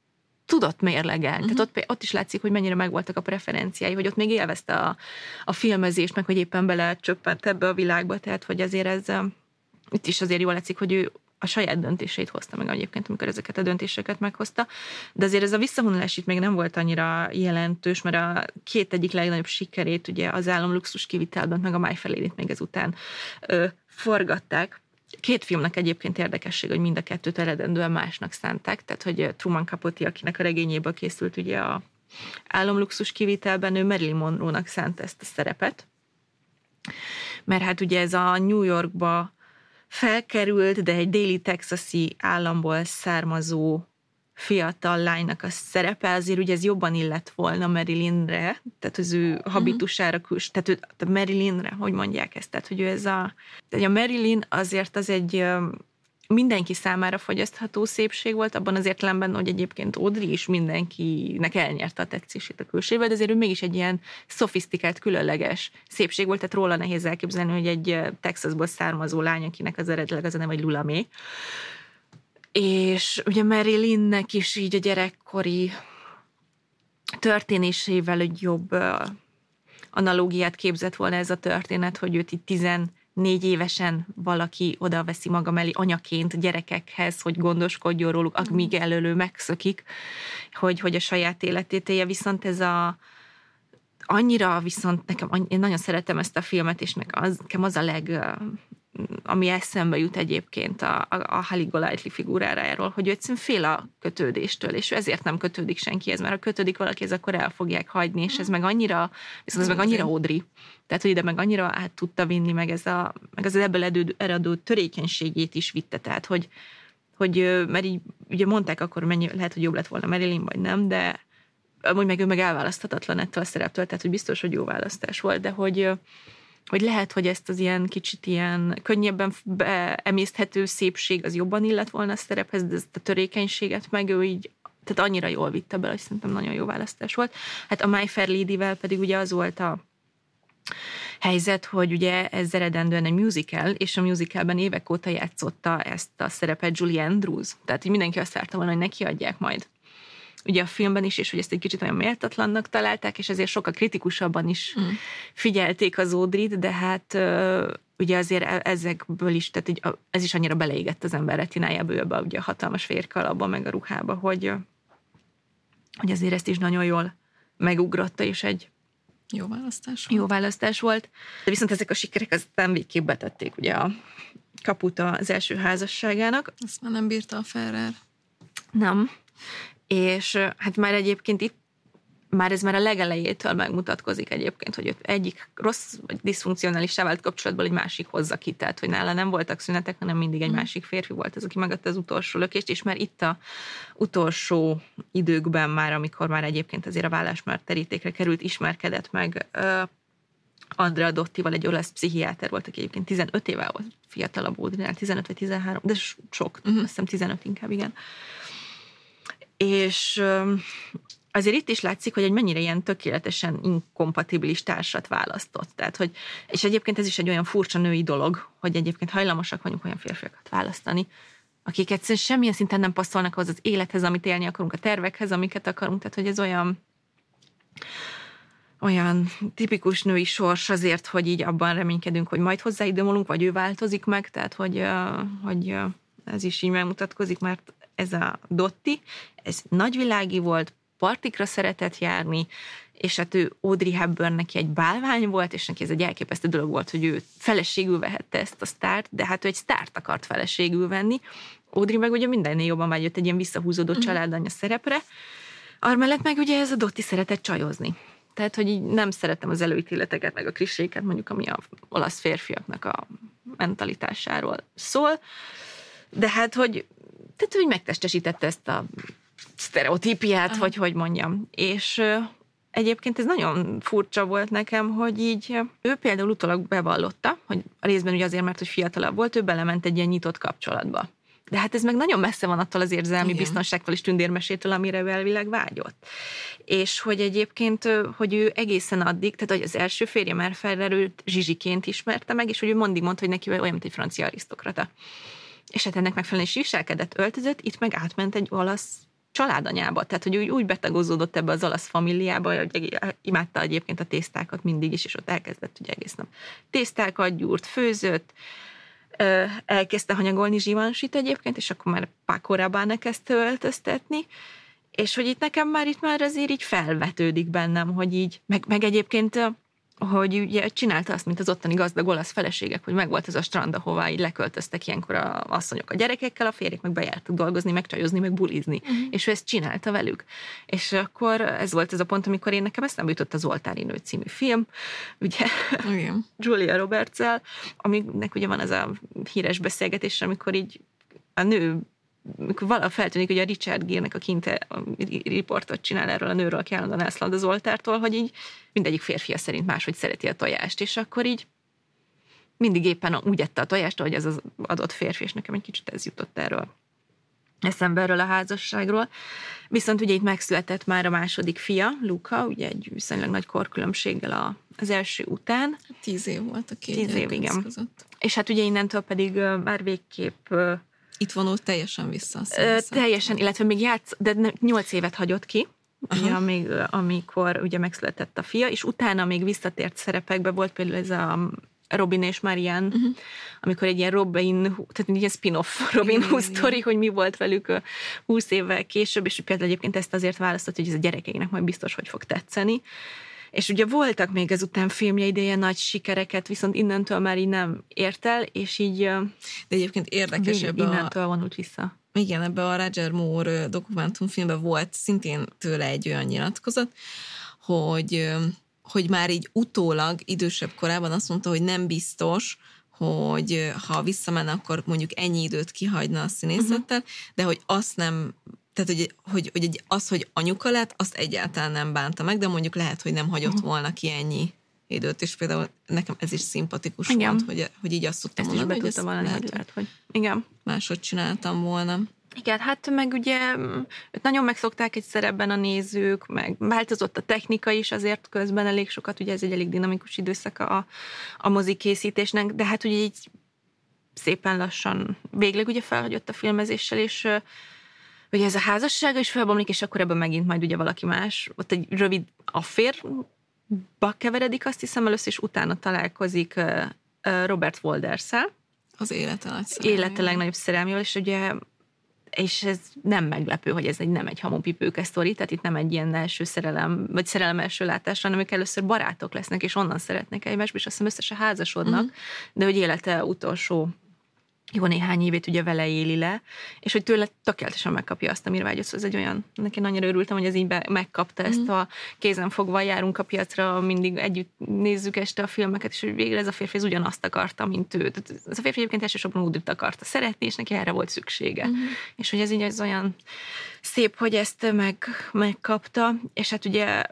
tudott mérlegelni. Uh-huh. Tehát ott, ott is látszik, hogy mennyire megvoltak a preferenciái, hogy ott még élvezte a, a filmezést, meg hogy éppen bele csöppent ebbe a világba, tehát hogy azért ez, itt is azért jól látszik, hogy ő a saját döntéseit hozta meg egyébként, amikor ezeket a döntéseket meghozta, de azért ez a visszavonulás itt még nem volt annyira jelentős, mert a két egyik legnagyobb sikerét ugye az Álom luxus kivitelben, meg a My Fair Lady-t még ezután ö, forgatták. Két filmnek egyébként érdekesség, hogy mind a kettőt eredendően másnak szánták, tehát hogy Truman Capote, akinek a regényéből készült ugye a Álom luxus kivitelben, ő Marilyn Monroe-nak szánta ezt a szerepet, mert hát ugye ez a New Yorkba felkerült, de egy déli texasi államból származó fiatal lánynak a szerepe, azért ugye ez jobban illett volna Marilynre, tehát az ő habitusára, küls, tehát ő, a Marilynre, hogy mondják ezt, tehát hogy ő ez a, a Marilyn azért az egy mindenki számára fogyasztható szépség volt, abban az értelemben, hogy egyébként Audrey is mindenkinek elnyerte a tetszését a külsével, de azért ő mégis egy ilyen szofisztikált, különleges szépség volt, tehát róla nehéz elképzelni, hogy egy Texasból származó lány, akinek az eredetileg az a neve, vagy Lula May. És ugye Marilynnek is így a gyerekkori történésével egy jobb analógiát képzett volna ez a történet, hogy őt itt tizennégy négy évesen valaki oda veszi maga mellé anyaként gyerekekhez, hogy gondoskodjon róluk, amíg előlő megszökik, hogy, hogy a saját életét élje, viszont ez a annyira viszont nekem, én nagyon szeretem ezt a filmet, és nekem az, nekem az a leg, ami eszembe jut egyébként a, a, a Halle Golightly figurájáról, hogy ő egyszerűen fél a kötődéstől, és ezért nem kötődik senkihez, mert ha kötődik valakihez, akkor el fogják hagyni, és ez meg annyira, viszont ez meg annyira Audrey. Tehát, hogy ide meg annyira át tudta vinni, meg, ez a, meg az ebből eredő törékenységét is vitte, tehát, hogy, hogy mert így ugye mondták akkor, mennyi, lehet, hogy jobb lett volna Marilyn, vagy nem, de amúgy meg ő meg elválaszthatatlan ettől a szereptől, tehát, hogy biztos, hogy jó választás volt, de hogy hogy lehet, hogy ezt az ilyen kicsit ilyen könnyebben emészthető szépség az jobban illet volna a szerephez, de ezt a törékenységet meg ő így, tehát annyira jól vitte bele, hogy szerintem nagyon jó választás volt. Hát a My Fair Lady-vel pedig ugye az volt a helyzet, hogy ugye ez eredendően egy musical, és a musicalben évek óta játszotta ezt a szerepet Julie Andrews. Tehát így mindenki azt várta volna, hogy neki adják majd. Ugye a filmben is, és hogy ezt egy kicsit olyan méltatlannak találták, és ezért sokkal kritikusabban is mm. figyelték az Audrey-t, de hát ugye azért ezekből is, tehát így, ez is annyira beleégett az ember retinájába, ő ugye a hatalmas férkalapba, meg a ruhába, hogy, hogy azért ezt is nagyon jól megugrotta, és egy jó választás volt. Jó választás volt. De viszont ezek a sikerek aztán végképp betették ugye a kaput az első házasságának. Ezt már nem bírta a Ferrer. Nem. És hát már egyébként itt, már ez már a legelejétől megmutatkozik egyébként, hogy egyik rossz vagy diszfunkcionálissá vált kapcsolatból egy másik hozza ki, tehát hogy nála nem voltak szünetek, hanem mindig egy másik férfi volt az, aki megadta az utolsó lökést, és már itt a utolsó időkben már, amikor már egyébként azért a vállás már terítékre került, ismerkedett meg uh, Andrea Dottival, egy olasz pszichiáter volt, aki egyébként tizenöt éve volt fiatalabb Audrey-nál, tizenöt vagy tizenhárom, de sok, uh-huh. azt hiszem tizenöt inkább, igen. És azért itt is látszik, hogy egy mennyire ilyen tökéletesen inkompatibilis társat választott. Tehát, hogy, és egyébként ez is egy olyan furcsa női dolog, hogy egyébként hajlamosak vagyunk olyan férfiakat választani, akik egyszerűen semmilyen szinten nem passzolnak ahhoz az élethez, amit élni akarunk, a tervekhez, amiket akarunk. Tehát, hogy ez olyan, olyan tipikus női sors azért, hogy így abban reménykedünk, hogy majd hozzáidomolunk, vagy ő változik meg, tehát, hogy, hogy ez is így megmutatkozik, mert ez a Dotti, ez nagyvilági volt, partikra szeretett járni, és hát ő Audrey Hepburn neki egy bálvány volt, és neki ez egy elképesztő dolog volt, hogy ő feleségül vehette ezt a sztárt, de hát ő egy sztárt akart feleségül venni. Audrey meg ugye mindennél jobban vágyott egy ilyen visszahúzódó mm. családanya szerepre. Armellett meg ugye ez a Dotti szeretett csajozni. Tehát, hogy így nem szeretem az előítéleteket, meg a kliséket, mondjuk ami a olasz férfiaknak a mentalitásáról szól. De hát, hogy tehát, hogy megtestesítette ezt a sztereotípiát, Aha. vagy hogy mondjam. És uh, egyébként ez nagyon furcsa volt nekem, hogy így ő például utólag bevallotta, hogy a részben ugye azért, mert hogy fiatalabb volt, ő belement egy ilyen nyitott kapcsolatba. De hát ez meg nagyon messze van attól az érzelmi Igen. biztonságtól és tündérmesétől, amire ő elvileg vágyott. És hogy egyébként, hogy ő egészen addig, tehát hogy az első férje már Ferrerőt Zsizsiként ismerte meg, és hogy ő mindig mondta, hogy neki olyan, mint egy francia arisztokrata. És hát ennek megfelelően is viselkedett, öltözött, itt meg átment egy olasz családanyába. Tehát, hogy úgy, úgy betagozódott ebbe az olasz familiába, hogy imádta egyébként a tésztákat mindig is, és ott elkezdett ugye egész nap tésztákat gyúrt, főzött, elkezdte hanyagolni Givenchyt egyébként, és akkor már Paco Rabanne kezdte öltöztetni, és hogy itt nekem már itt már azért így felvetődik bennem, hogy így, meg, meg egyébként hogy ugye csinálta azt, mint az ottani gazdag olasz feleségek, hogy megvolt ez a strand, ahová így leköltöztek ilyenkor a asszonyok a gyerekekkel, a férjek meg bejártak dolgozni, meg csajozni, meg bulizni. Uh-huh. És ő ezt csinálta velük. És akkor ez volt ez a pont, amikor én nekem eszembe jutott az Oltári nő című film, ugye Igen. Julia Roberts-el, aminek ugye van az a híres beszélgetés, amikor így a nő amikor valahogy feltűnik, hogy a Richard Gere-nek a kinte riportot csinál erről a nőről, aki állandóan elszalad az oltártól, hogy így mindegyik férfia szerint máshogy szereti a tojást, és akkor így mindig éppen úgy ette a tojást, hogy ez az adott férfi, és nekem egy kicsit ez jutott erről eszembe erről a házasságról. Viszont ugye itt megszületett már a második fia, Luca, ugye egy viszonylag nagy korkülönbséggel az első után. Tíz év volt a két Tíz év, igen. Között. És hát ugye innentől pedig már végképp itt vonult teljesen vissza. Ö, teljesen, illetve még játsz, de nyolc évet hagyott ki, ugye, amíg, amikor ugye megszületett a fia, és utána még visszatért szerepekbe volt például ez a Robin és Marianne, Uh-huh. amikor egy ilyen Robin, tehát egy ilyen spin-off Robin Hood sztori, hogy mi volt velük húsz évvel később, és például egyébként ezt azért választott, hogy ez a gyerekeinek majd biztos, hogy fog tetszeni. És ugye voltak még ezután filmje ideje nagy sikereket, viszont innentől már így nem ért el, és így De egyébként érdekes ebbe innentől a... vonult vissza. Igen, ebbe a Roger Moore dokumentumfilmben volt szintén tőle egy olyan nyilatkozat, hogy, hogy már így utólag idősebb korában azt mondta, hogy nem biztos, hogy ha visszamenne, akkor mondjuk ennyi időt kihagyna a színészettel, uh-huh. de hogy azt nem, tehát hogy, hogy, hogy az, hogy anyuka lett, azt egyáltalán nem bánta meg, de mondjuk lehet, hogy nem hagyott uh-huh. volna ki ennyi időt, és például nekem ez is szimpatikus igen. volt, hogy, hogy így azt tudtam ezt mondani, is hogy be tudtam lehet, lehet, hogy igen. máshogy csináltam volna. Igen, hát meg ugye őt nagyon megszokták egy szerepben a nézők, meg változott a technika is azért közben elég sokat, ugye ez egy elég dinamikus időszaka a, a mozikészítésnek, de hát ugye így szépen lassan végleg ugye felhagyott a filmezéssel, és ugye ez a házassága is felbomlik, és akkor ebben megint majd ugye valaki más, ott egy rövid afférba keveredik, azt hiszem először, és utána találkozik Robert Walderszel. Az élete nagy szerelmével. Élete legnagyobb szerelmével, és ugye és ez nem meglepő, hogy ez egy nem egy hamupipőke sztori, tehát itt nem egy ilyen első szerelem, vagy szerelem első látásra, hanem ők először barátok lesznek, és onnan szeretnek egymásba, és azt hiszem összesen házasodnak, uh-huh. de hogy élete utolsó jó néhány évét ugye vele éli le, és hogy tőle tökéletesen megkapja azt, amire vágyott. Szóval ez egy olyan, neki nagyon örültem, hogy ez így be, megkapta ezt a kézen fogva, járunk a piacra, mindig együtt nézzük este a filmeket, és hogy végre ez a férfi ez ugyanazt akarta, mint ő. Tehát ez a férfi egyébként elsősorban Audrey-t akarta szeretni, és neki erre volt szüksége. Uh-huh. És hogy ez így ez olyan szép, hogy ezt meg, megkapta, és hát ugye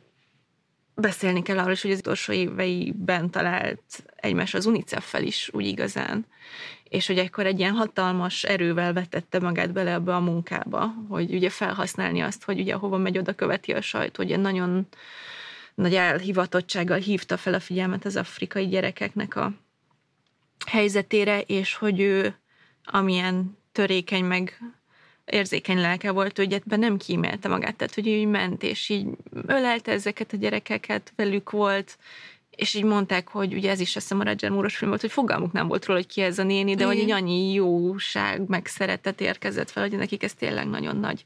beszélni kell arról is, hogy az utolsó éveiben talált egymás az UNICEF-fel is úgy igazán, és hogy ekkor egy ilyen hatalmas erővel vetette magát bele ebbe a munkába, hogy ugye felhasználni azt, hogy ugye hova megy, oda követi a sajtó, ugye nagyon nagy elhivatottsággal hívta fel a figyelmet az afrikai gyerekeknek a helyzetére, és hogy ő amilyen törékeny meg érzékeny lelke volt, hogy ebben nem kímélte magát, tehát hogy így ment, és így ölelte ezeket a gyerekeket, velük volt, és így mondták, hogy ugye ez is azt hiszem a Roger Moore-os film volt, hogy fogalmuk nem volt róla, hogy ki ez a néni, de igen. hogy így annyi jóság, meg szeretet érkezett fel, hogy nekik ez tényleg nagyon nagy,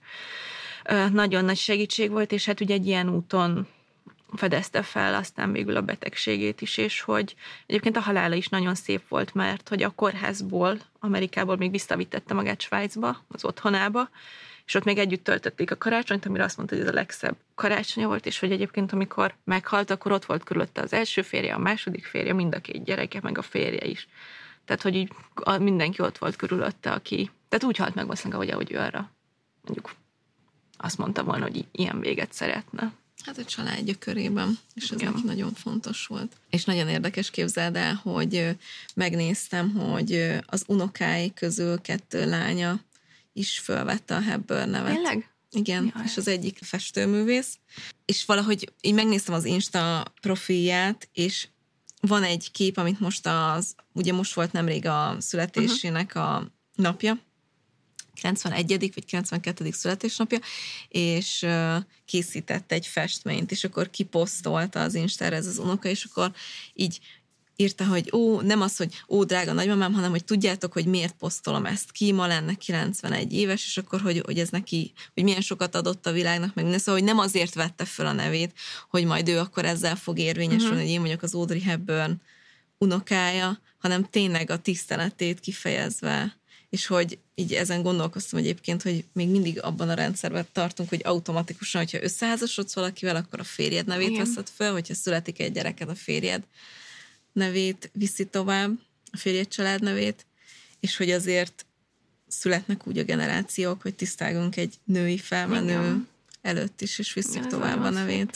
nagyon nagy segítség volt, és hát ugye egy ilyen úton fedezte fel aztán végül a betegségét is, és hogy egyébként a halála is nagyon szép volt, mert hogy a kórházból, Amerikából még visszavittette magát Svájcba, az otthonába, és ott még együtt töltötték a karácsonyt, amire azt mondta, hogy ez a legszebb karácsonya volt, és hogy egyébként amikor meghalt, akkor ott volt körülötte az első férje, a második férje, mind a két gyereke, meg a férje is. Tehát, hogy így mindenki ott volt körülötte, aki... Tehát úgy halt meg valószínűleg, ahogy, ahogy ő arra mondjuk azt mondta volna, hogy ilyen véget szeretne. Hát a családja körében, és ez neki nagyon fontos volt. És nagyon érdekes, képzeld el, hogy megnéztem, hogy az unokái közül kettő lánya is fölvette a Hepburn nevet. Tényleg? Igen, jaj. És az egyik festőművész. És valahogy így megnéztem az Insta profilját, és van egy kép, amit most az, ugye most volt nemrég a születésének a napja, kilencvenegyedik vagy kilencvenkettedik születésnapja, és készített egy festményt, és akkor kiposztolta az Instára ez az unoka, és akkor így írta, hogy ó, nem az, hogy ó, drága nagymamám, hanem hogy tudjátok, hogy miért posztolom ezt ki, ma lenne kilencvenegy éves, és akkor, hogy, hogy ez neki, hogy milyen sokat adott a világnak, meg minden, szóval, hogy nem azért vette föl a nevét, hogy majd ő akkor ezzel fog érvényesülni, uh-huh. hogy én vagyok az Audrey Hepburn unokája, hanem tényleg a tiszteletét kifejezve, és hogy így ezen gondolkoztam egyébként, hogy még mindig abban a rendszerben tartunk, hogy automatikusan, hogyha összeházasodsz valakivel, akkor a férjed nevét igen. veszed föl, hogyha születik egy gyereket, a férjed nevét viszi tovább, a férjed család nevét, és hogy azért születnek úgy a generációk, hogy tisztelgünk egy női felmenő igen. előtt is, és visszük igen, tovább a nevét.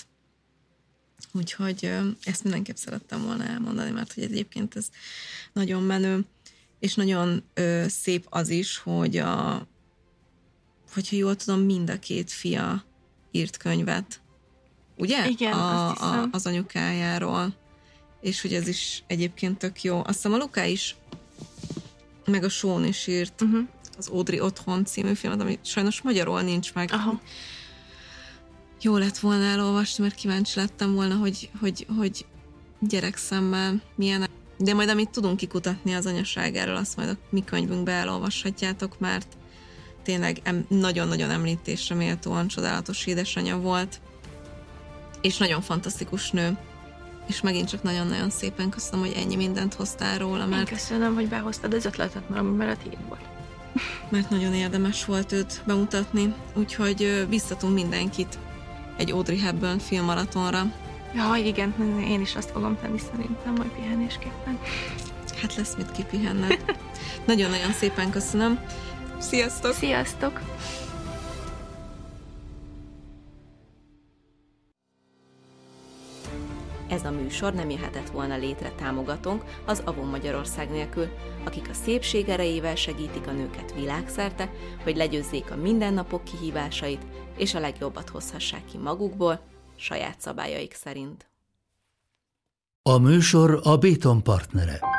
Úgyhogy ezt mindenképp szerettem volna elmondani, mert hogy egyébként ez nagyon menő, és nagyon ö, szép az is, hogy a, hogyha jól tudom, mind a két fia írt könyvet, ugye? Igen, a, azt hiszem. A, az anyukájáról, és hogy ez is egyébként tök jó. Azt hiszem a Luká is, meg a Sean is írt uh-huh. az Audrey Otthon című filmet, ami sajnos magyarul nincs meg. Aha. Jó lett volna elolvasni, mert kíváncsi lettem volna, hogy, hogy, hogy gyerekszemmel milyen. De majd amit tudunk kikutatni az anyaságáról, azt majd a mi könyvünkbe elolvashatjátok, mert tényleg em- nagyon-nagyon említésre méltóan csodálatos édesanyja volt, és nagyon fantasztikus nő. És megint csak nagyon-nagyon szépen köszönöm, hogy ennyi mindent hoztál róla, mert... Én köszönöm, hogy behoztad az ötletet, mert, mert a tiéd volt. Mert nagyon érdemes volt őt bemutatni, úgyhogy biztatunk mindenkit egy Audrey Hepburn filmmaratonra. Ja, igen, én is azt fogom tenni szerintem, majd pihenésképpen. Hát lesz mit kipihenned. Nagyon-nagyon szépen köszönöm. Sziasztok! Sziasztok! Ez a műsor nem jöhetett volna létre támogatónk az Avon Magyarország nélkül, akik a szépség erejével segítik a nőket világszerte, hogy legyőzzék a mindennapok kihívásait, és a legjobbat hozhassák ki magukból, saját szabályaik szerint. A műsor a Béton partnere.